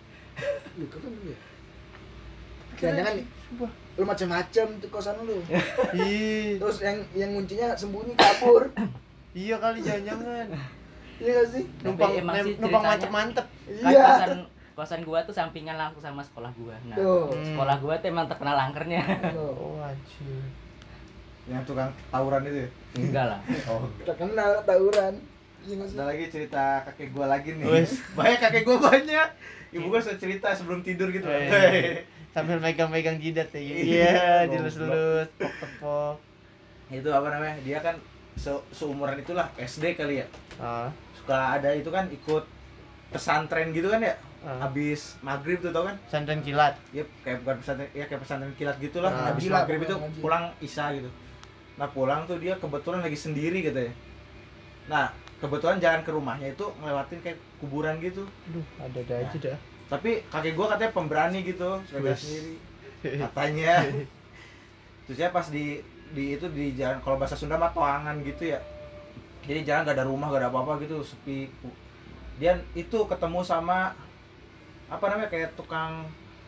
S4: Lu kan lu ya. Jangan-jangan nih,
S1: Sumpah.
S4: lu macam-macam tuh kosan lu.
S1: Ih,
S4: Terus yang yang kuncinya sembunyi kabur.
S1: iya kali jangan-jangan.
S4: Iya gak sih?
S1: Numpang
S3: emang
S1: nem-
S3: sih
S1: numpang
S3: ceritanya-
S1: mantep-mantep.
S3: kan
S4: Iya.
S3: kosan kosan gua tuh sampingan langsung sama sekolah gua nah
S4: Tuh.
S1: Hmm.
S3: sekolah gua tuh emang terkenal angkernya
S4: Tuh.
S1: Oh, anjir.
S2: Yang tukang tawuran itu ya?
S3: enggak lah
S2: Oh.
S4: Terkenal tawuran. Iya gak sih?
S2: Ada lagi cerita kakek gua lagi nih.
S1: Wes.
S2: Banyak kakek gua banyak. Ibu gua suka cerita sebelum tidur gitu.
S1: Eh.
S2: Hei.
S1: Sambil megang-megang jidat ya.
S2: Iya,
S1: Iya,
S2: goblok.
S1: dilus-lus, tepok-tepok.
S2: Itu apa namanya? Dia kan se- seumuran itulah S D kali ya.
S1: Ah,
S2: Suka ada itu kan ikut pesantren gitu kan ya.
S1: ah.
S2: Habis maghrib tuh tau kan?
S1: Pesantren kilat.
S2: Yep, kayak bukan pesantren, ya kayak pesantren kilat gitulah.
S1: Ah,
S2: Habis
S4: gila,
S2: maghrib itu
S4: ngaji.
S2: pulang isya gitu. Nah pulang tuh dia kebetulan lagi sendiri katanya. Nah kebetulan jalan ke rumahnya itu ngelewatin kayak kuburan gitu.
S1: Aduh, ada-ada aja dah.
S2: Tapi kakek gua katanya pemberani gitu, sepeda
S1: Wes.
S2: sendiri. Katanya. Terus ya pas di di itu di jalan kalau bahasa Sunda mah toangan gitu ya. Jadi jalan gak ada rumah, gak ada apa-apa gitu, sepi. Dia itu ketemu sama apa namanya kayak tukang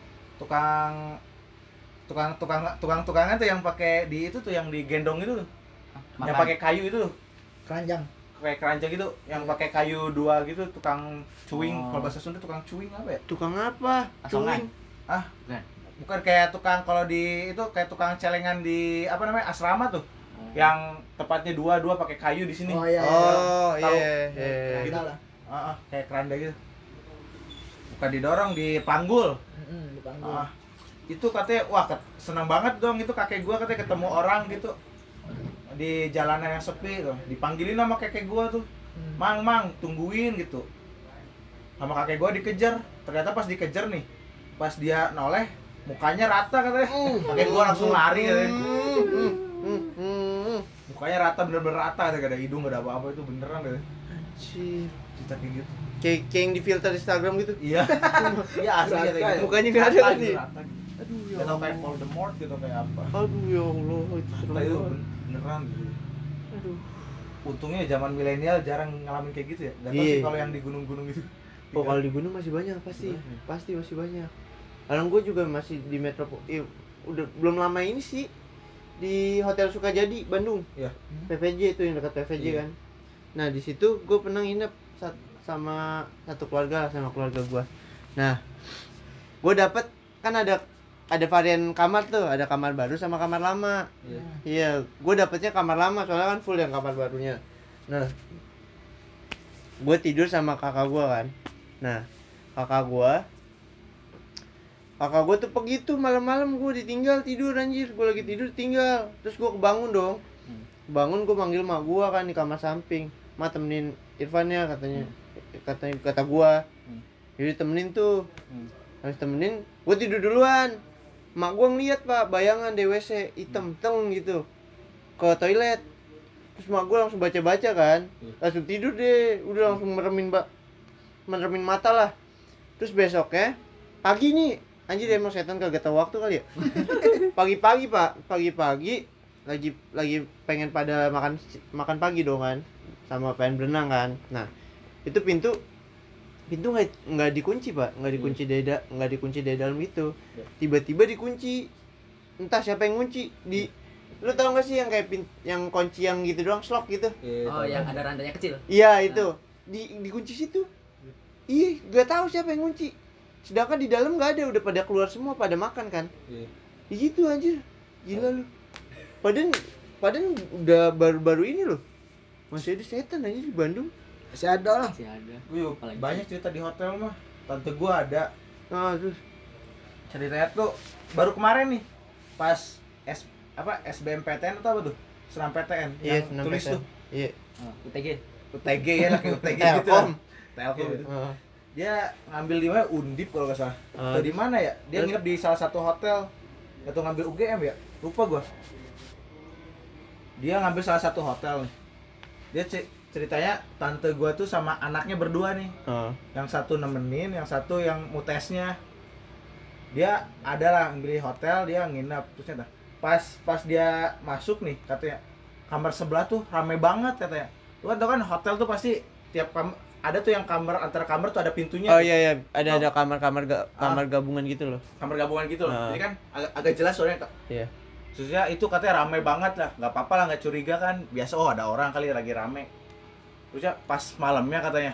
S2: tukang tukang tukang tukang tukangan tuh yang pakai di itu tuh yang digendong itu tuh. Yang
S3: Makan.
S2: pakai kayu itu tuh.
S4: Keranjang.
S2: Kayak keranjang gitu, yang pakai kayu dua gitu, tukang cuing.
S3: Oh.
S2: Kalau bahasa Sunda tukang cuing apa ya?
S1: Tukang apa?
S3: Asongan.
S1: Cuing.
S2: Ah,
S3: Bukan.
S2: bukan kayak tukang kalau di itu kayak tukang celengan di apa namanya asrama tuh, yang tepatnya dua dua pakai kayu di sini.
S4: Oh iya. iya.
S1: Oh,
S2: Tahu.
S1: iya, iya.
S2: Gitu.
S4: Kenal lah.
S2: Ah, ah, kayak keranda gitu. Bukan didorong, dipanggul.
S4: Mm-mm, dipanggil.
S2: Ah, itu katanya wah ket- senang banget dong itu kakek gua katanya ketemu orang gitu di jalanan yang sepi tuh. Dipanggilin sama kakek gua tuh.
S4: Hmm.
S2: Mang, mang, tungguin gitu. Sama kakek gua dikejar. Ternyata pas dikejar nih, pas dia noleh, mukanya rata katanya. Kakek gua langsung lari katanya.
S1: Hmm, hmm, hmm, hmm.
S2: Mukanya rata, bener-bener rata, gak ada hidung, gak ada apa-apa, itu beneran katanya.
S1: Anjir.
S2: Cerita kayak gitu.
S1: Kayak kayak yang di filter Instagram gitu.
S2: Iya. Iya asli
S4: Rata
S2: katanya
S4: ya?
S2: gitu.
S1: Mukanya nggak ada
S2: Rata
S1: lagi.
S2: gitu, rata.
S1: Aduh, ya
S2: Gak tau kayak
S1: Allah.
S2: Voldemort gitu kayak apa.
S1: Aduh, ya Allah, itu serem
S2: Rata itu
S1: banget.
S2: ben- beneran gitu.
S1: Aduh.
S2: Untungnya zaman milenial jarang ngalamin kayak gitu ya. Gak tau
S1: Iya.
S2: sih kalau yang di gunung-gunung itu.
S1: Oh, kalau di gunung masih banyak pasti.
S2: Banyak.
S1: Pasti masih banyak. Orang gue juga masih di metropol. Eh, udah belum lama ini sih di Hotel Sukajadi Bandung.
S2: Iya.
S1: P V J itu yang dekat P V J
S2: Iya.
S1: kan. Nah, di situ gue pernah nginep sat- sama satu keluarga lah, sama keluarga gue. Nah, gue dapet kan ada ada varian kamar tuh, ada kamar baru sama kamar lama.
S2: Iya.
S1: Iya, gue dapetnya kamar lama soalnya kan full yang kamar barunya. Nah, gue tidur sama kakak gue kan. Nah, kakak gue, kakak gue tuh pergi tuh malam-malam, gue ditinggal tidur anjir. Gue lagi tidur tinggal, terus gue kebangun dong.
S2: Hmm.
S1: Bangun gue manggil mak gue kan di kamar samping. Ma temenin Irfan ya katanya, katanya kata gue.
S2: Hmm.
S1: Jadi temenin tuh.
S2: Hmm.
S1: Habis temenin, gue tidur duluan. Mak gue ngeliat pak, bayangan di W C hitam teng gitu ke toilet. Terus mak gue langsung baca-baca kan, langsung tidur deh, udah langsung meremin mbak, meremin mata lah. Terus besoknya pagi nih, anjir emang setan kagak tahu waktu kali ya. Pagi-pagi pak, pagi-pagi lagi lagi pengen pada makan makan pagi dong kan, sama pengen berenang kan. Nah itu pintu pintu nggak nggak dikunci pak, nggak dikunci dari da, nggak dikunci dari dalam itu. Tiba-tiba dikunci, entah siapa yang ngunci di. Lu tau gak sih yang kayak pin, yang kunci yang gitu doang, slok gitu?
S3: Oh, yang ada rantainya kecil.
S1: Iya itu di dikunci situ. Ih, gak tahu siapa yang ngunci. Sedangkan di dalam nggak ada, udah pada keluar semua, pada makan kan.
S2: Iya.
S1: Ya gitu anjir, gila lu. Padahal padahal udah baru-baru ini loh. Masih ada setan aja di Bandung.
S4: Masih ada lah.
S3: Masih ada.
S2: Gue yuk,
S3: Apalagi?
S2: banyak cerita di hotel mah. Tante gua ada
S1: Ah terus,
S2: ceritanya tuh baru kemarin nih pas S apa S B M P T N atau apa tuh? Senam P T N
S1: iya
S2: yang
S1: senam
S2: tulis
S1: P T N.
S2: tuh
S1: Iya.
S3: U T G.
S2: U T G ya lah kayak U T G gitu.
S1: Telkom.
S2: Telkom
S3: Iya.
S2: gitu.
S1: Ah,
S2: Dia ngambil di mana? Undip kalau nggak salah.
S1: Ah,
S2: Atau di mana ya? Dia
S1: terus?
S2: nginep di salah satu hotel. Atau ngambil U G M ya? Lupa gua. Dia ngambil salah satu hotel nih. Dia ce- ceritanya tante gua tuh sama anaknya berdua nih.
S1: Oh.
S2: Yang satu nemenin, yang satu yang mutesnya. Dia adalah beli hotel, dia nginep terusnya dah. Pas pas dia masuk nih katanya kamar sebelah tuh rame banget katanya. Lu kan tau kan hotel tuh pasti tiap kam ada tuh yang kamar antara kamar tuh ada pintunya.
S1: Oh
S2: tuh.
S1: iya iya, ada
S2: Oh.
S1: ada kamar-kamar ga, kamar gabungan gitu loh.
S2: Kamar gabungan gitu loh.
S1: Ah.
S2: Jadi kan agak, agak jelas soalnya Kak.
S1: Iya.
S2: Khususnya itu katanya rame banget lah, nggak apa-apa lah, nggak curiga kan, biasa oh ada orang kali lagi rame. Terusnya pas malamnya katanya,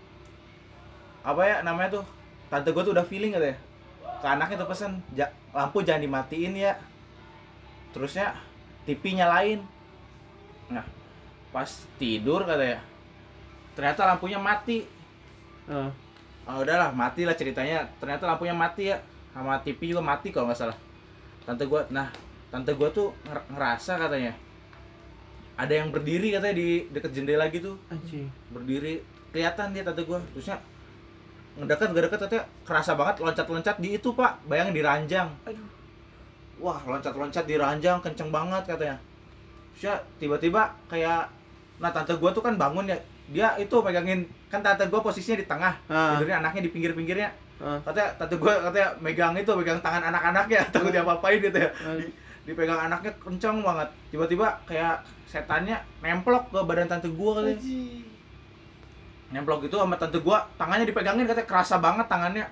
S2: apa ya namanya tuh, tante gue tuh udah feeling katanya, ke anaknya tuh pesen, ja, lampu jangan dimatiin ya, terusnya T V nyalain. Nah pas tidur katanya, ternyata lampunya mati.
S1: Oh.
S2: Oh udahlah mati lah ceritanya, ternyata lampunya mati ya, sama T V juga mati kalau nggak salah. Tante gue, nah tante gue tuh nger- ngerasa katanya ada yang berdiri katanya di deket jendela gitu,
S1: Anjing.
S2: berdiri kelihatan dia tante gue, terusnya ngedekat nggak dekat katanya kerasa banget loncat-loncat di itu pak, bayangin di ranjang.
S1: Aduh.
S2: Wah loncat-loncat di ranjang kenceng banget katanya. Terusnya tiba-tiba kayak, nah tante gue tuh kan bangun ya, dia itu pegangin, kan tante gue posisinya di tengah,
S1: Ah.
S2: tidurnya anaknya di pinggir-pinggirnya.
S1: Ah.
S2: Katanya tante gue katanya megang itu, megang tangan anak-anaknya, takut diapa-apain gitu ya.
S1: Ah.
S2: Di- dipegang anaknya kenceng banget, tiba-tiba kayak setannya nemplok ke badan tante gua katanya.
S1: Anjing.
S2: Nemplok gitu sama tante gua, tangannya dipegangin katanya, kerasa banget tangannya.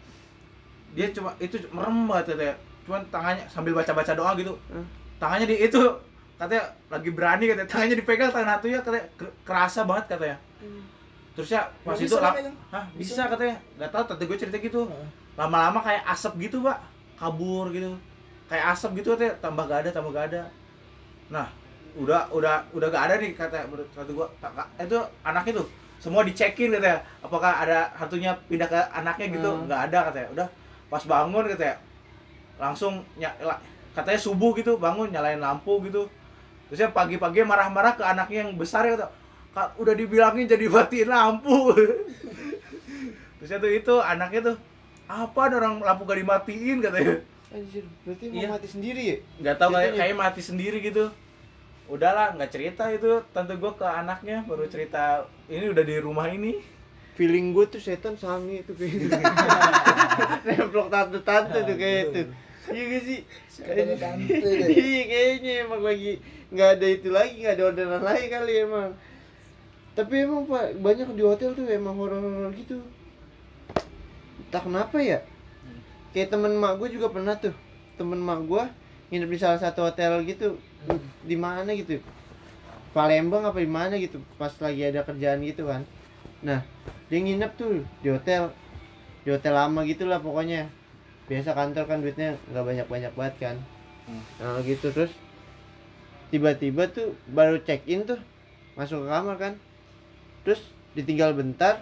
S2: Dia cuma itu merem banget katanya, cuman tangannya sambil baca-baca doa gitu.
S1: Hmm.
S2: Tangannya di itu katanya lagi berani katanya, tangannya dipegang tangan satunya katanya ke- kerasa banget katanya. Terusnya pas
S4: Nggak
S2: itu
S4: bisa
S2: lap,
S4: megang?
S2: hah bisa
S4: Bisa?
S2: katanya, nggak tahu tante gue cerita gitu.
S4: Heeh.
S2: Lama-lama kayak asap gitu pak, kabur gitu, kayak asap gitu katanya, tambah gak ada tambah gak ada. Nah udah udah udah gak ada nih kata menurut kata gua, Kak- itu anaknya tuh semua dicekin katanya, apakah ada hantunya pindah ke anaknya gitu.
S1: Hmm.
S2: Nggak ada katanya. Udah pas bangun katanya langsung nyala, katanya subuh gitu bangun nyalain lampu gitu. Terusnya pagi-pagi marah-marah ke anaknya yang besar ya, kata, "Kak, udah dibilangin jadi matiin lampu." Terusnya tuh itu anaknya tuh, apa orang lampu gak dimatiin katanya.
S1: Anjir, berarti mau
S2: Iya.
S1: mati sendiri ya?
S2: Nggak tahu kayak
S1: Ceritanya.
S2: kayak mati sendiri gitu. Udahlah nggak cerita itu tante gue ke anaknya, baru cerita ini udah di rumah ini.
S1: Feeling gue tuh setan sange itu kayak gitu. Nemplok tante-tante tuh kayak itu. Iya gak sih?
S4: Sekadar tante deh.
S1: Iya kayaknya emang lagi nggak ada itu lagi, nggak ada orderan lagi kali emang. Tapi emang pak banyak di hotel tuh emang horor-horor gitu. Entah kenapa ya. Kayak temen mak gue juga pernah tuh. Temen mak gue nginep di salah satu hotel gitu. Di mana gitu? Palembang apa di mana gitu. Pas lagi ada kerjaan gitu kan. Nah, dia nginep tuh di hotel. Di hotel lama gitu lah pokoknya. Biasa kantor kan duitnya nggak banyak-banyak banget kan.
S2: Hmm.
S1: Nah gitu terus tiba-tiba tuh baru check in tuh masuk ke kamar kan. Terus ditinggal bentar.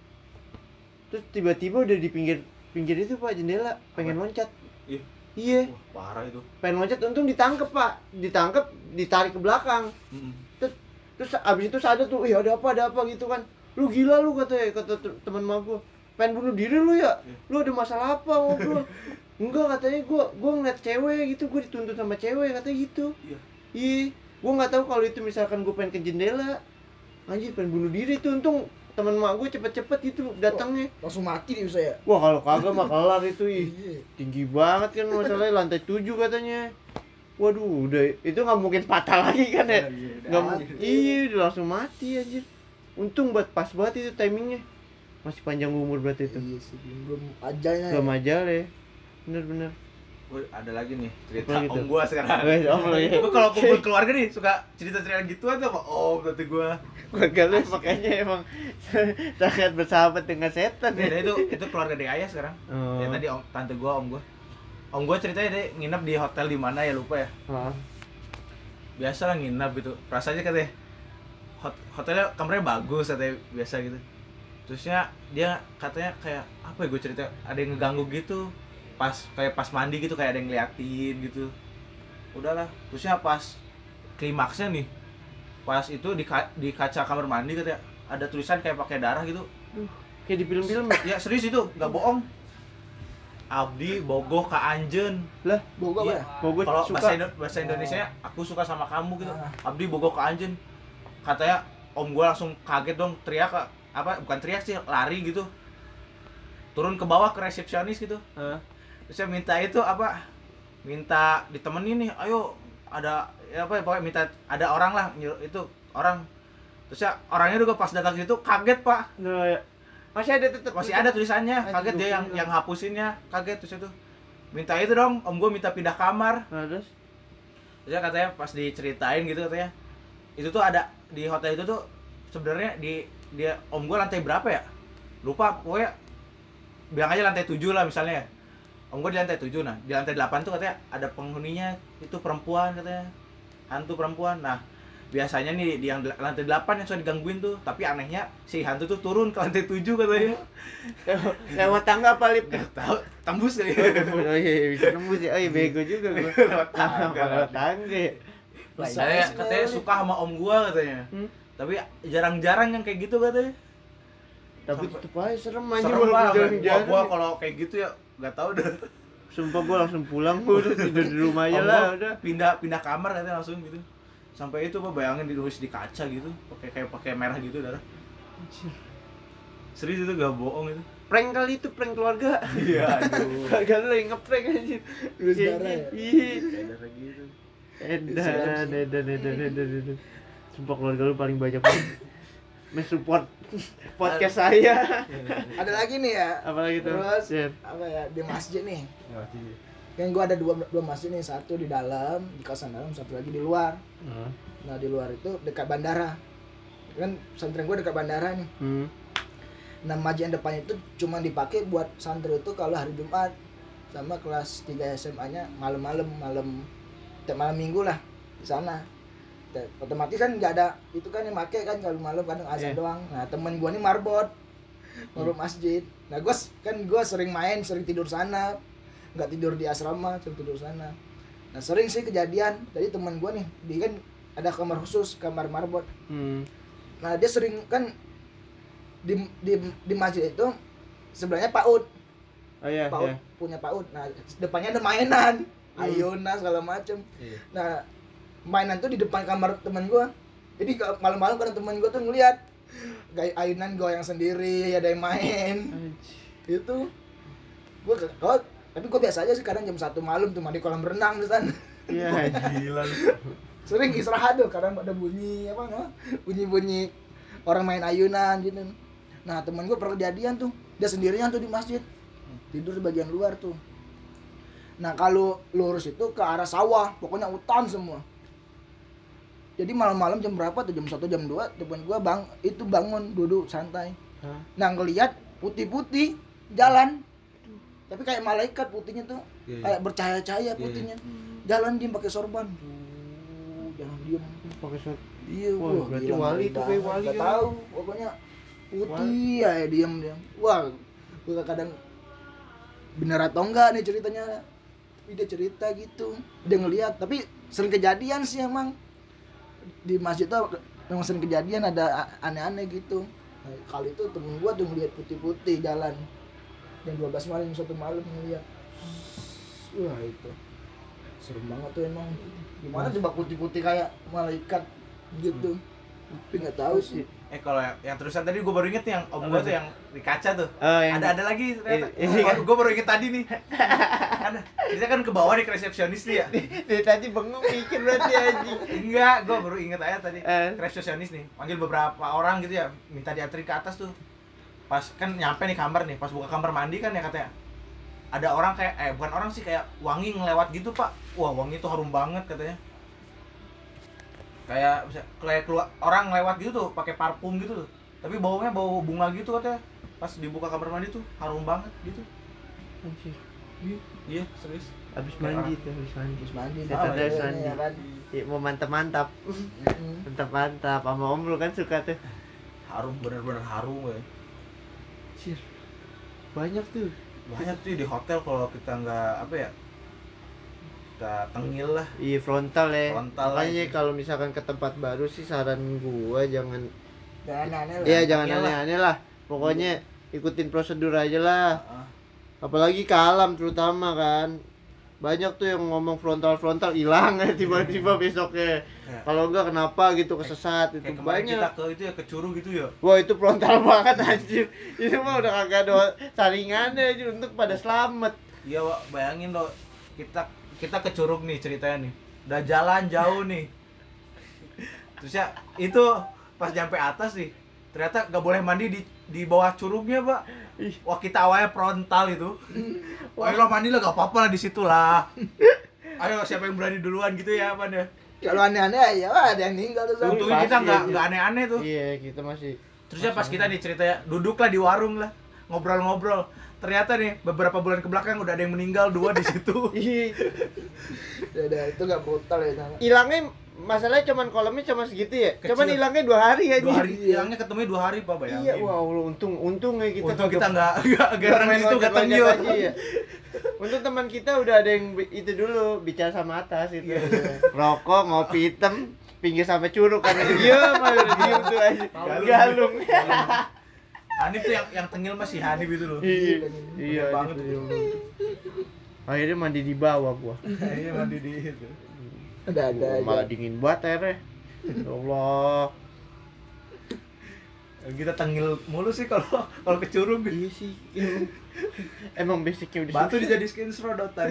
S1: Terus tiba-tiba udah di pinggir pinggir itu pak jendela pengen loncat.
S2: Iya.
S1: Iya,
S2: Wah, parah itu.
S1: pengen loncat untung ditangkep pak, ditangkep ditarik ke belakang. Terus, terus abis itu sadar tuh, ih ada apa ada apa gitu kan. Lu gila lu katanya, kata te- teman mak gua. Pengen bunuh diri lu ya? Lu ada masalah apa ngobrol? Enggak katanya gua gua ngeliat cewek gitu, gua dituntut sama cewek katanya gitu.
S2: Iya.
S1: Iya, gua nggak tahu kalau itu misalkan gua pengen ke jendela. Anjir pengen bunuh diri tuh untung teman mak gua cepet-cepet gitu datangnya.
S4: Langsung mati dia bisa ya.
S1: Wah kalau kagak mah kelar itu ih.
S4: Iya.
S1: Tinggi banget kan masalahnya lantai tujuh katanya. Waduh, udah itu nggak mungkin patah lagi kan ya? Nggak
S4: mati.
S1: mu- iya, udah langsung mati anjir. Untung buat pas banget itu timingnya. Masih panjang umur berarti itu.
S4: Iya sih, belum belum ajalnya.
S1: Belum aja ya. Bener-bener.
S2: Gue ada lagi nih cerita
S1: Apa gitu?
S2: om gue sekarang.
S1: Wes, om lagi.
S2: Gue kalau kumpul keluarga nih suka cerita-cerita gituan sama om tante gue.
S1: Keluarga lu makanya emang sangat bersahabat dengan setan
S2: Nah,
S1: ya.
S2: itu itu keluarga dari ayah sekarang.
S1: Oh.
S2: Ya tadi om tante gue om gue. Om gue ceritanya dia nginep di hotel di mana ya lupa ya.
S1: Oh.
S2: Biasa lah nginep gitu. Rasanya katanya hot- hotelnya kamarnya bagus katanya biasa gitu. Terusnya dia katanya kayak apa ya gue cerita ada yang ngeganggu gitu. Pas kayak pas mandi gitu kayak ada yang ngeliatin gitu. Udahlah. Terusnya pas klimaksnya nih. Pas itu di, ka- di kaca kamar mandi katanya ada tulisan kayak pakai darah gitu.
S1: Kayak di film-film.
S2: Ya serius itu, nggak bohong. Abdi bogoh ka anjeun.
S1: Lah,
S4: Boga apa
S2: Iya.
S4: ya?
S1: Bogor
S2: Kalau
S1: suka.
S2: bahasa Indo- bahasa Indonesia aku suka sama kamu gitu.
S4: Ah.
S2: Abdi bogoh ka anjeun. Katanya om gue langsung kaget dong, teriak apa bukan teriak sih, lari gitu, turun ke bawah ke resepsionis gitu.
S1: Hah?
S2: Terus saya minta itu apa, minta ditemenin nih, ayo ada ya apa ya pokoknya minta ada orang lah nyuruh itu orang. Terus ya orangnya juga pas datang situ kaget pak,
S1: Nah, ya. Masih ada tetap.
S2: masih ada tulisannya, kaget dia yang
S1: Aduh.
S2: yang hapusinnya, kaget. Terus itu minta itu dong, om gue minta pindah kamar.
S1: Nah, terus
S2: Terus ya katanya pas diceritain gitu katanya, itu tuh ada di hotel itu tuh sebenarnya di dia om gue lantai berapa ya, lupa pokoknya bilang aja lantai tujuh lah misalnya. Om gue di lantai tujuh, nah di lantai delapan tuh katanya ada penghuninya itu perempuan katanya, hantu perempuan. Nah biasanya nih di yang del- lantai delapan yang suka digangguin tuh, tapi anehnya si hantu tuh turun ke lantai tujuh katanya.
S1: lewat tangga apa lift?
S2: Nggak tahu, tembus kali ya.
S1: Oh iya, bisa nembus ya. Oh iya, bego juga gua.
S2: Lewat tangga.
S1: Lewat tangga. ya.
S2: Katanya, katanya suka sama om gua katanya.
S1: Hmm?
S2: Tapi jarang-jarang yang kayak gitu katanya.
S1: Tapi
S2: Sampai-
S1: tetep aja serem aja
S2: Serem
S1: walaupun
S2: banget. Gua,
S1: jarang-jarang.
S2: gua kalau kayak gitu ya nggak tahu dah.
S1: Sumpah gua langsung pulang, gua udah tidur di rumah aja
S2: Om
S1: lah,
S2: gua
S1: udah.
S2: Pindah pindah kamar katanya langsung gitu. Sampai itu apa bayangin ditulis di kaca gitu, pakai kayak pakai merah gitu darah. Serius itu gak bohong itu.
S1: Prank kali itu, prank keluarga.
S2: Iya, aduh.
S1: Kagak lu yang ngeprank anjir.
S4: Terus
S1: Kayak
S4: darah ya?
S1: Ih,
S2: Kayak darah gitu.
S1: edan, edan, edan, edan, edan. Sumpah keluarga lu paling banyak banget mensupport podcast saya.
S4: Ada lagi nih ya.
S1: Apalagi tuh?
S4: Terus
S1: Share.
S4: apa ya di masjid nih. Kan gua ada dua dua masjid nih, satu di dalam, di kawasan dalam, satu lagi di luar.
S1: Ah.
S4: Nah, di luar itu dekat bandara. Kan pesantren gua dekat bandara nih.
S1: Hmm.
S4: Nah, masjid yang depan itu cuma dipakai buat santri itu kalau hari Jumat sama kelas tiga S M A-nya malam-malam, malam tiap malam Minggu lah di sana. Dan otomatis kan nggak ada itu kan yang make kan kalau malam kadang azan
S1: Iya.
S4: doang. Nah, temen gua nih marbot. Marbot masjid. Nah, gua s- kan gua sering main, sering tidur sana. Nggak tidur di asrama, sering tidur sana. Nah, sering sih kejadian. Jadi temen gua nih, dia kan ada kamar khusus, kamar marbot.
S1: Hmm.
S4: Nah, dia sering kan di di di masjid itu sebelahnya PAUD.
S1: Oh iya,
S4: PAUD
S1: iya.
S4: punya PAUD. Nah, depannya ada mainan,
S1: Hmm.
S4: ayunan segala macem.
S2: Iya.
S4: Nah, mainan tuh di depan kamar temen gua. Jadi ke- malam-malam kan temen gua tuh ngeliat kayak ayunan goyang sendiri, ada yang main.
S1: Anjir.
S4: Itu gua ke- kalau tapi gua biasa aja sih kadang jam satu malam tuh mandi kolam renang di sana.
S1: Iya, anjir.
S2: Gila lu.
S4: Sering istirahat tuh kadang ada bunyi apa no? Bunyi-bunyi orang main ayunan gitu. Nah, temen gua pernah kejadian tuh, dia sendirian tuh di masjid. Tidur di bagian luar tuh. Nah, kalau lurus itu ke arah sawah, pokoknya hutan semua. Jadi malam-malam jam berapa tuh? Jam satu, jam dua, temen gua bang itu bangun duduk santai.
S1: Hah?
S4: Nah, ngelihat putih-putih jalan. Tapi kayak malaikat putihnya tuh,
S2: Iya.
S4: kayak bercahaya-cahaya
S2: Iya.
S4: putihnya. Jalan diem pakai sorban. Tuh, jalan diem.
S1: Pakai short.
S4: Iya,
S1: Wah,
S4: wah,
S1: berarti
S4: gila,
S1: wali
S4: ngeri
S1: tuh, kayak
S4: banget.
S1: wali
S4: Nggak
S1: kan.
S4: tahu, pokoknya putih ya diem diem. Wah, gua kadang bener atau enggak nih ceritanya. Tapi dia cerita gitu, dia ngelihat. Tapi sering kejadian sih emang di masjid tuh memang sering kejadian ada a- aneh-aneh gitu. Nah, kali itu temen gua tuh ngelihat putih-putih jalan jam dua belas malam, satu malam ngeliat. Wah, itu serem banget tuh emang. Gimana coba putih-putih kayak malaikat gitu. Tapi nggak tahu sih.
S2: Eh kalau yang, yang terusan tadi gue baru inget nih yang om gue tuh yang di kaca tuh.
S1: Oh, yang
S2: Ada ada lagi ternyata.
S1: Ini- ini kan.
S2: Gue baru inget tadi nih. Ada. Kita kan ke bawah nih ke resepsionis nih ya.
S1: Dari tadi bengong mikir berarti anjing.
S2: Enggak, gue baru inget aja tadi.
S1: Eh.
S2: Ke resepsionis nih, panggil beberapa orang gitu ya, minta dianterin ke atas tuh. Pas kan nyampe nih kamar nih, pas buka kamar mandi kan ya katanya. Ada orang kayak eh bukan orang sih kayak wangi ngelewat gitu, Pak. Wah, wangi itu harum banget katanya. Kayak bisa kayak keluar orang lewat gitu tuh pakai parfum gitu tuh. Tapi baunya bau bunga gitu katanya. Pas dibuka kamar mandi tuh harum banget gitu.
S1: Anjir.
S2: Iya, serius.
S1: Habis
S2: Kayak
S1: mandi
S2: orang.
S1: tuh, habis mandi.
S4: Habis mandi
S1: Saya
S4: dah,
S1: tadi habis
S4: ya
S1: mandi.
S4: kan.
S1: Iya, mau mantap-mantap.
S4: Mm-mm.
S1: Mantap-mantap. Sama om lu kan suka tuh.
S2: Harum bener-bener harum ya.
S1: Anjir. Banyak tuh.
S2: Banyak tuh di hotel kalau kita nggak apa ya, kita tengil lah.
S1: Iya, frontal ya.
S2: Frontal
S1: Makanya
S2: lagi.
S1: kalau misalkan ke tempat baru sih saran gua jangan
S4: Jangan aneh lah.
S1: Iya, jangan
S2: Iyalah.
S1: aneh-aneh lah. Pokoknya ikutin prosedur aja lah.
S2: Heeh.
S1: Apalagi ke alam terutama kan. banyak tuh yang ngomong frontal-frontal hilang ya tiba-tiba besoknya.
S2: Ya.
S1: Kalau enggak kenapa gitu kesesat itu
S2: Kayak kemarin
S1: banyak.
S2: kita ke itu ya ke Curug gitu ya.
S1: Wah itu frontal banget anjir. Itu mah udah kagak ada saringannya aja untuk pada selamat.
S2: Iya, Wak, bayangin lo kita kita ke Curug nih ceritanya nih. Udah jalan jauh nih. Terus ya itu pas nyampe atas nih, ternyata nggak boleh mandi di di bawah curugnya, Pak.
S1: Ih.
S2: Wah, kita awalnya frontal itu. Wah, lo mandi lah, gak apa-apa lah di situ lah. Ayo siapa yang berani duluan gitu ya, Pan ya.
S4: Kalau aneh-aneh ya wah, ada yang ninggal tuh sama.
S2: Untungnya kita
S1: pasti
S2: nggak
S1: aja.
S2: nggak aneh-aneh tuh.
S1: Iya, kita masih
S2: Terusnya pas kita nih ceritanya duduk lah di warung lah, ngobrol-ngobrol. Ternyata nih beberapa bulan ke belakang udah ada yang meninggal dua di situ.
S1: Ih,
S4: Udah, udah, itu gak brutal ya sama.
S1: hilangnya masalahnya cuman kolamnya cuma segitu ya.
S2: Kecil.
S1: Cuman hilangnya dua hari aja.
S2: Dua hari hilangnya ketemu dua hari, Pak, bayangin.
S1: Iya, wah Allah, untung untung ya kita
S2: Untung kita
S1: kagak-
S2: nggak nggak garang
S1: main
S2: itu
S1: loncat-loncat
S2: ketemu.
S1: aja ya. Untung teman kita udah ada yang bi- itu dulu bicara sama atas itu.
S2: Iya.
S1: Rokok, ngopi hitam, pinggir sampai curug kan. Iya, mah udah diem tuh aja.
S2: Galung.
S1: Galung.
S2: Hanif tuh yang yang tengil masih Hanif itu loh.
S1: Iya. Iya
S2: Bener banget.
S1: gitu. Akhirnya mandi di bawah gua.
S2: Iya mandi di itu.
S4: Ada ada aja.
S1: Malah dingin banget airnya. Ya Allah.
S2: Kita tengil mulu sih kalau kalau ke Curug.
S1: Iya sih. Emang, emang basicnya udah
S2: Batu
S1: susah.
S2: dijadiin serodotan.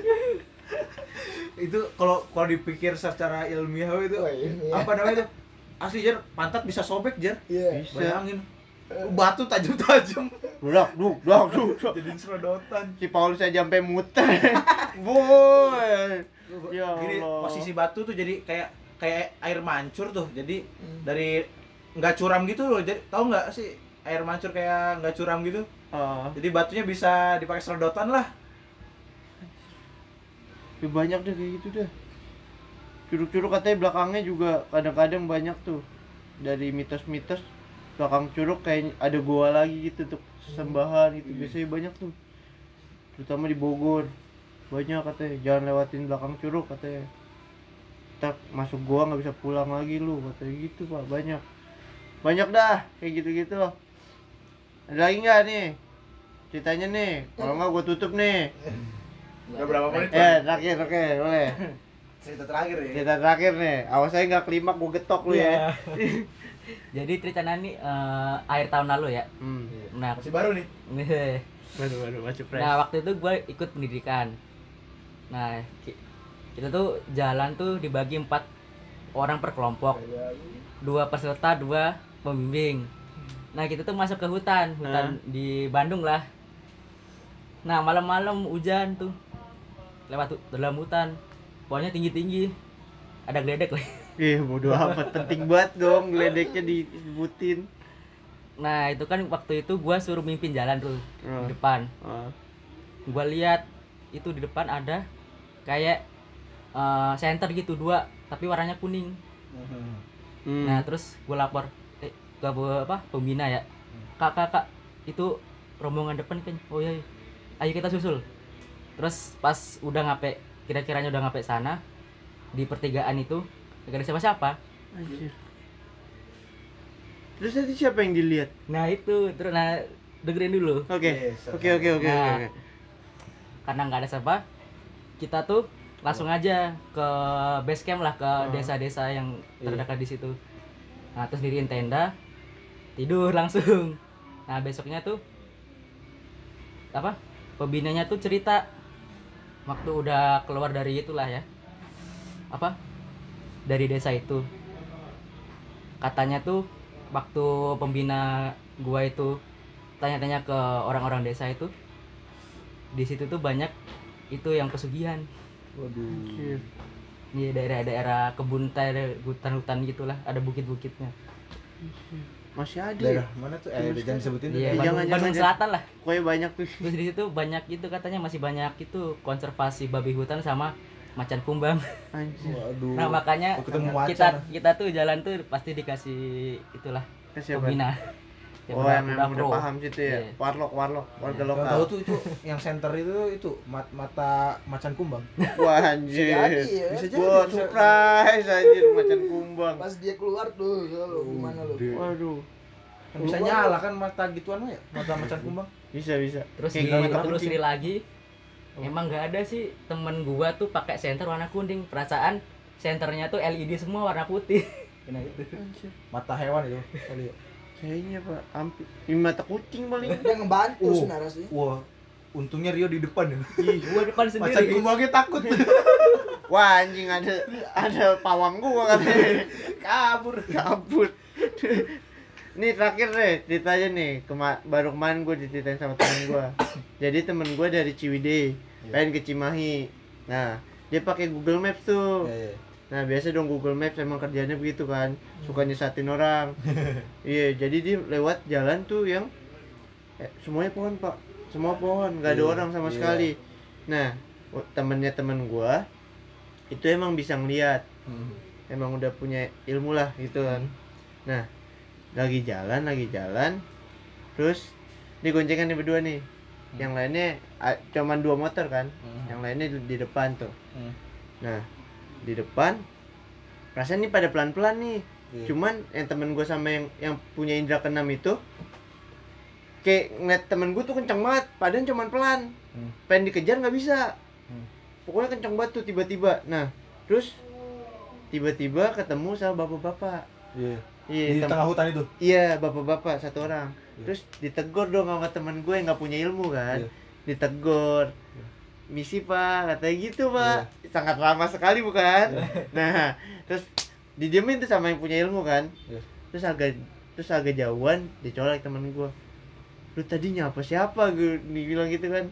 S2: Itu kalau kalau dipikir secara ilmiah itu
S4: Oh, ilmiah.
S2: apa namanya itu? Asli Jer, pantat bisa sobek Jer.
S4: Iya.
S1: Bisa.
S2: Bayangin. Batu tajam-tajam
S1: Dudak, duk, duk, duk, duk.
S2: jadiin serodotan.
S1: Si Paulus aja sampai muter. Boy. Ya
S2: Gini,
S1: Allah.
S2: posisi batu tuh jadi kayak kayak air mancur tuh. Jadi
S4: Hmm.
S2: dari nggak curam gitu loh. Jadi tahu nggak sih air mancur kayak nggak curam gitu.
S1: Ah,
S2: Jadi batunya bisa dipakai serodotan lah.
S1: ya banyak deh kayak gitu dah. Curug-curug katanya belakangnya juga kadang-kadang banyak tuh. Dari mitos-mitos belakang curug kayak ada goa lagi gitu untuk sesembahan gitu. Biasanya banyak tuh. Terutama di Bogor. Banyak katanya, jangan lewatin belakang curug katanya. Ntar masuk goa nggak bisa pulang lagi lu katanya gitu Pak, banyak. Banyak dah kayak gitu-gitu. Ada lagi nggak nih? Ceritanya nih, kalau nggak gua tutup nih.
S2: Udah berapa menit?
S1: Eh, terakhir, oke, boleh.
S2: Cerita terakhir ya.
S1: Cerita terakhir nih, awas saya nggak kelimak gua getok lu ya.
S3: Jadi ceritanya nih eh, akhir tahun lalu ya.
S1: Hmm.
S3: Nah,
S2: Masih baru nih.
S1: Baru baru masih fresh.
S3: nah waktu itu gue ikut pendidikan. Nah, ki- kita tuh jalan tuh dibagi empat orang per kelompok. Dua peserta, dua pembimbing. Nah, kita tuh masuk ke hutan, hutan di Bandung lah. Nah, malam-malam hujan tuh. Lewat hu- dalam hutan. Pohonnya tinggi-tinggi. Ada geledek lah.
S1: Ih, bodo amat, penting banget dong geledeknya disebutin.
S3: Nah, itu kan waktu itu gua suruh mimpin jalan tuh
S1: Ah.
S3: di depan.
S1: Ah.
S3: Gua lihat itu di depan ada kayak eh, senter gitu dua, tapi warnanya kuning.
S1: Hmm.
S3: Nah, terus gua lapor eh, ke bu- apa pembina ya. Kak, kak, kak, itu rombongan depan kan. Oh iya, iya. Ayo kita susul. Terus pas udah ngape, kira-kiranya udah ngape sana di pertigaan itu gak ada siapa-siapa.
S1: Anjir. Terus tadi siapa yang dilihat?
S3: Nah, itu terus nah dengerin dulu.
S1: Oke.
S2: Yes,
S1: Oke, oke, oke,
S3: Nah.
S1: oke.
S3: Karena nggak ada siapa, kita tuh langsung aja ke base camp lah, ke
S1: Oh.
S3: desa-desa yang
S2: Iya.
S3: terdekat di situ. Nah, terus diriin tenda, tidur langsung. Nah, besoknya tuh apa? Pembinanya tuh cerita waktu udah keluar dari itulah ya. Apa? Dari desa itu. Katanya tuh waktu pembina gua itu tanya-tanya ke orang-orang desa itu, di situ tuh banyak itu yang pesugihan.
S1: Anjir.
S3: Di daerah-daerah kebun teh, hutan-hutan gitulah, ada bukit-bukitnya.
S1: Masih ada ya?
S2: Daerah mana tuh? Eh,
S1: Terus
S2: jangan
S1: kan?
S2: disebutin.
S3: Iya,
S1: Eh,
S3: Bandung,
S1: jangan,
S3: Bandung
S1: jangan,
S3: Selatan lah.
S1: Pokoknya banyak tuh.
S3: Terus di situ banyak itu katanya masih banyak itu konservasi babi hutan sama macan kumbang.
S1: Anjir.
S2: Waduh.
S3: Nah, makanya
S2: Oh, ketemu macan.
S3: kita kita tuh jalan tuh pasti dikasih itulah
S1: Siapa?
S3: pembina.
S1: Oh,
S3: udah-
S1: yang
S3: udah
S1: memang udah
S3: pro.
S1: paham situ ya.
S3: Iya.
S1: Warlock, warlock, warga
S3: Iya.
S1: lokal.
S2: Tahu tuh itu yang center itu itu mat- mata macan kumbang.
S1: Wah, anjir.
S4: Jadi ya.
S2: Bisa jadi.
S1: Wah,
S2: bisa-
S1: surprise anjir macan kumbang.
S4: Pas dia keluar tuh, ya lo gimana lo?
S2: Gede.
S1: Waduh.
S2: Kan bisa nyala kan mata gituan mah ya, mata macan kumbang.
S1: Bisa, bisa.
S3: Terus
S1: Kayak
S3: di,
S1: mata kucing.
S3: ditelusuri lagi Emang nggak ada sih temen gua tuh pakai senter warna kuning. Perasaan senternya tuh L E D semua warna putih. Nah itu.
S1: Anjir.
S2: Mata hewan itu kali ya.
S1: Kayaknya Pak, hampir ini mata kucing paling.
S4: Dia ngebantu
S2: Oh.
S4: sebenarnya sih.
S2: Wah, untungnya Rio di depan ya.
S3: Ih, gua depan
S2: Macan
S3: sendiri.
S2: gua makin takut.
S1: Wah anjing, ada ada pawang gua katanya.
S2: Kabur.
S1: Kabur. Nih terakhir deh ceritanya nih, Kema baru kemarin gue diceritain sama temen gue. Jadi temen gue dari Ciwidey,
S2: Iya.
S1: pengen ke Cimahi. Nah dia pakai Google Maps tuh.
S2: Iya, iya.
S1: Nah biasa dong Google Maps emang kerjanya begitu kan, suka nyesatin orang. Iya, jadi dia lewat jalan tuh yang eh, semuanya pohon Pak, semua pohon, nggak ada
S2: Iya,
S1: orang sama
S2: iya.
S1: sekali. Nah o- temennya temen gue itu emang bisa ngeliat,
S2: Hmm.
S1: emang udah punya ilmu lah gitu kan. Nah lagi jalan lagi jalan terus ini goncengan nih berdua nih.
S2: Hmm.
S1: Yang lainnya a- cuman dua motor kan,
S2: Hmm.
S1: yang lainnya di, di depan tuh.
S2: Hmm.
S1: Nah di depan perasaan nih pada pelan-pelan nih.
S2: Iya.
S1: Cuman yang temen gue sama yang yang punya indra keenam itu kayak ngeliat temen gue tuh kenceng banget, padahal cuman pelan.
S2: Hmm.
S1: Pengen dikejar nggak bisa.
S2: Hmm.
S1: Pokoknya kenceng banget tuh tiba-tiba. Nah terus tiba-tiba ketemu sama bapak-bapak.
S2: Iya.
S1: Iya,
S2: Di
S1: tem-
S2: tengah hutan itu.
S1: iya bapak-bapak satu orang.
S2: Iya.
S1: Terus ditegur dong sama temen gue yang nggak punya ilmu kan.
S2: Iya.
S1: Ditegur.
S2: Iya.
S1: Misi Pak, katanya gitu Pak. Sangat ramah sekali bukan? Nah, terus didiemin tuh sama yang punya ilmu kan.
S2: Iya.
S1: Terus agak terus agak jauhan dicolek temen gue. Lu tadi nyapa siapa? Gue dibilang gitu kan.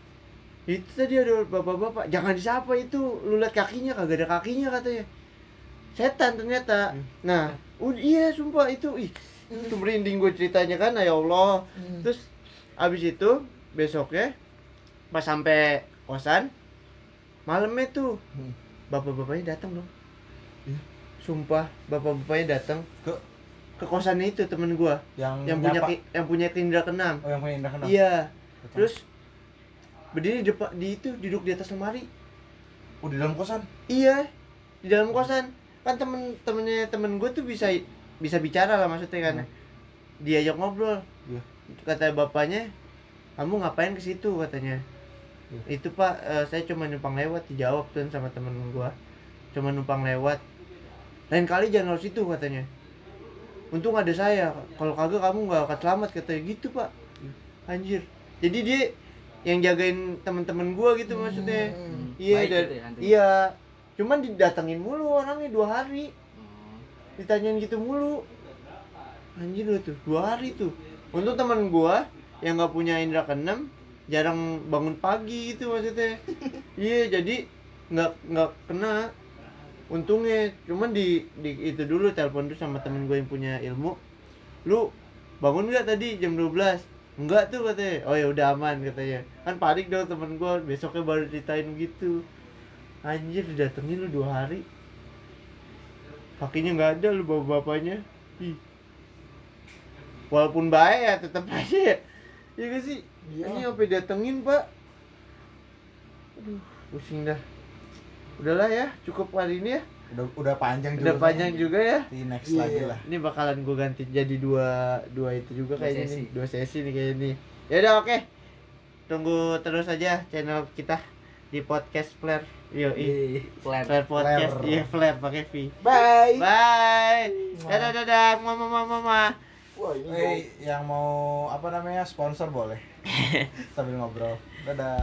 S1: Itu tadi ada bapak-bapak, jangan disapa itu. Lu lihat kakinya, kagak ada kakinya katanya. Setan ternyata. Nah, udah iya sumpah itu ih. Itu merinding gue ceritanya kan, ya Allah.
S4: Hmm.
S1: Terus abis itu besoknya pas sampai kosan malamnya tuh
S2: Hmm.
S1: bapak-bapaknya datang dong.
S2: Ih.
S1: Sumpah bapak-bapaknya datang
S2: Ke
S1: ke kosannya itu temen gua
S2: yang
S1: yang punya
S2: nyapa.
S1: ki- yang punya indra keenam.
S2: Oh, yang punya indah kenal.
S1: Iya. Terus berdiri di depan di itu duduk di atas lemari.
S2: Oh, di dalam kosan.
S1: Iya, di dalam kosan. Kan temen-temennya temen gue tuh bisa bisa bicara lah maksudnya kan.
S2: Hmm.
S1: Diajak ngobrol.
S2: Iya.
S1: Kata bapaknya, "Kamu ngapain ke situ?" katanya.
S2: Iya.
S1: Itu Pak, eh, saya cuma numpang lewat, dijawab tuh sama temen gua. Cuma numpang lewat. Lain kali jangan lewat situ katanya. Untung ada saya. Kalau kagak kamu nggak akan selamat katanya gitu Pak. Anjir. Jadi dia yang jagain temen-temen gua gitu maksudnya.
S4: Hmm.
S1: Iya,
S3: Baik
S1: dan
S3: gitu ya, hantunya.
S1: iya. Cuman didatengin mulu orangnya dua hari.
S3: Oh.
S1: Ditanyain gitu mulu. Anjir lu tuh, dua hari tuh. Untuk teman gua yang nggak punya indra keenam, jarang bangun pagi gitu maksudnya. Iya, jadi nggak nggak kena. Untungnya, cuman di, di itu dulu telepon dulu sama temen gue yang punya ilmu. Lu bangun nggak tadi jam dua belas? Enggak tuh katanya. Oh ya udah aman katanya. Kan panik dong temen gue, besoknya baru ceritain gitu. Anjir didatengin lu dua hari. Kakinya nggak ada lu bapak-bapaknya. Ih. Walaupun baik ya tetap aja ya. Iya gak sih?
S4: Iya.
S1: Ini sampai datengin, Pak. Aduh, pusing dah. Udahlah ya, cukup hari ini ya.
S2: Udah udah panjang juga.
S1: Udah panjang juga ya.
S2: Di next
S4: Iya.
S2: lagi lah.
S1: Ini bakalan gue ganti jadi dua dua itu juga
S3: Dua
S1: kayaknya
S3: sesi.
S1: nih. Dua sesi nih kayaknya nih. Ya udah oke. Tunggu terus aja channel kita di podcast Flare. Yo,
S3: Ih, plan.
S1: Flare podcast.
S2: Flare.
S1: Iya, Flare pakai V.
S4: Bye.
S1: Bye. Dadah dadah, mama mama mama.
S4: Wah, ini
S2: Eh, yang mau apa namanya sponsor boleh. Sambil ngobrol. Dadah.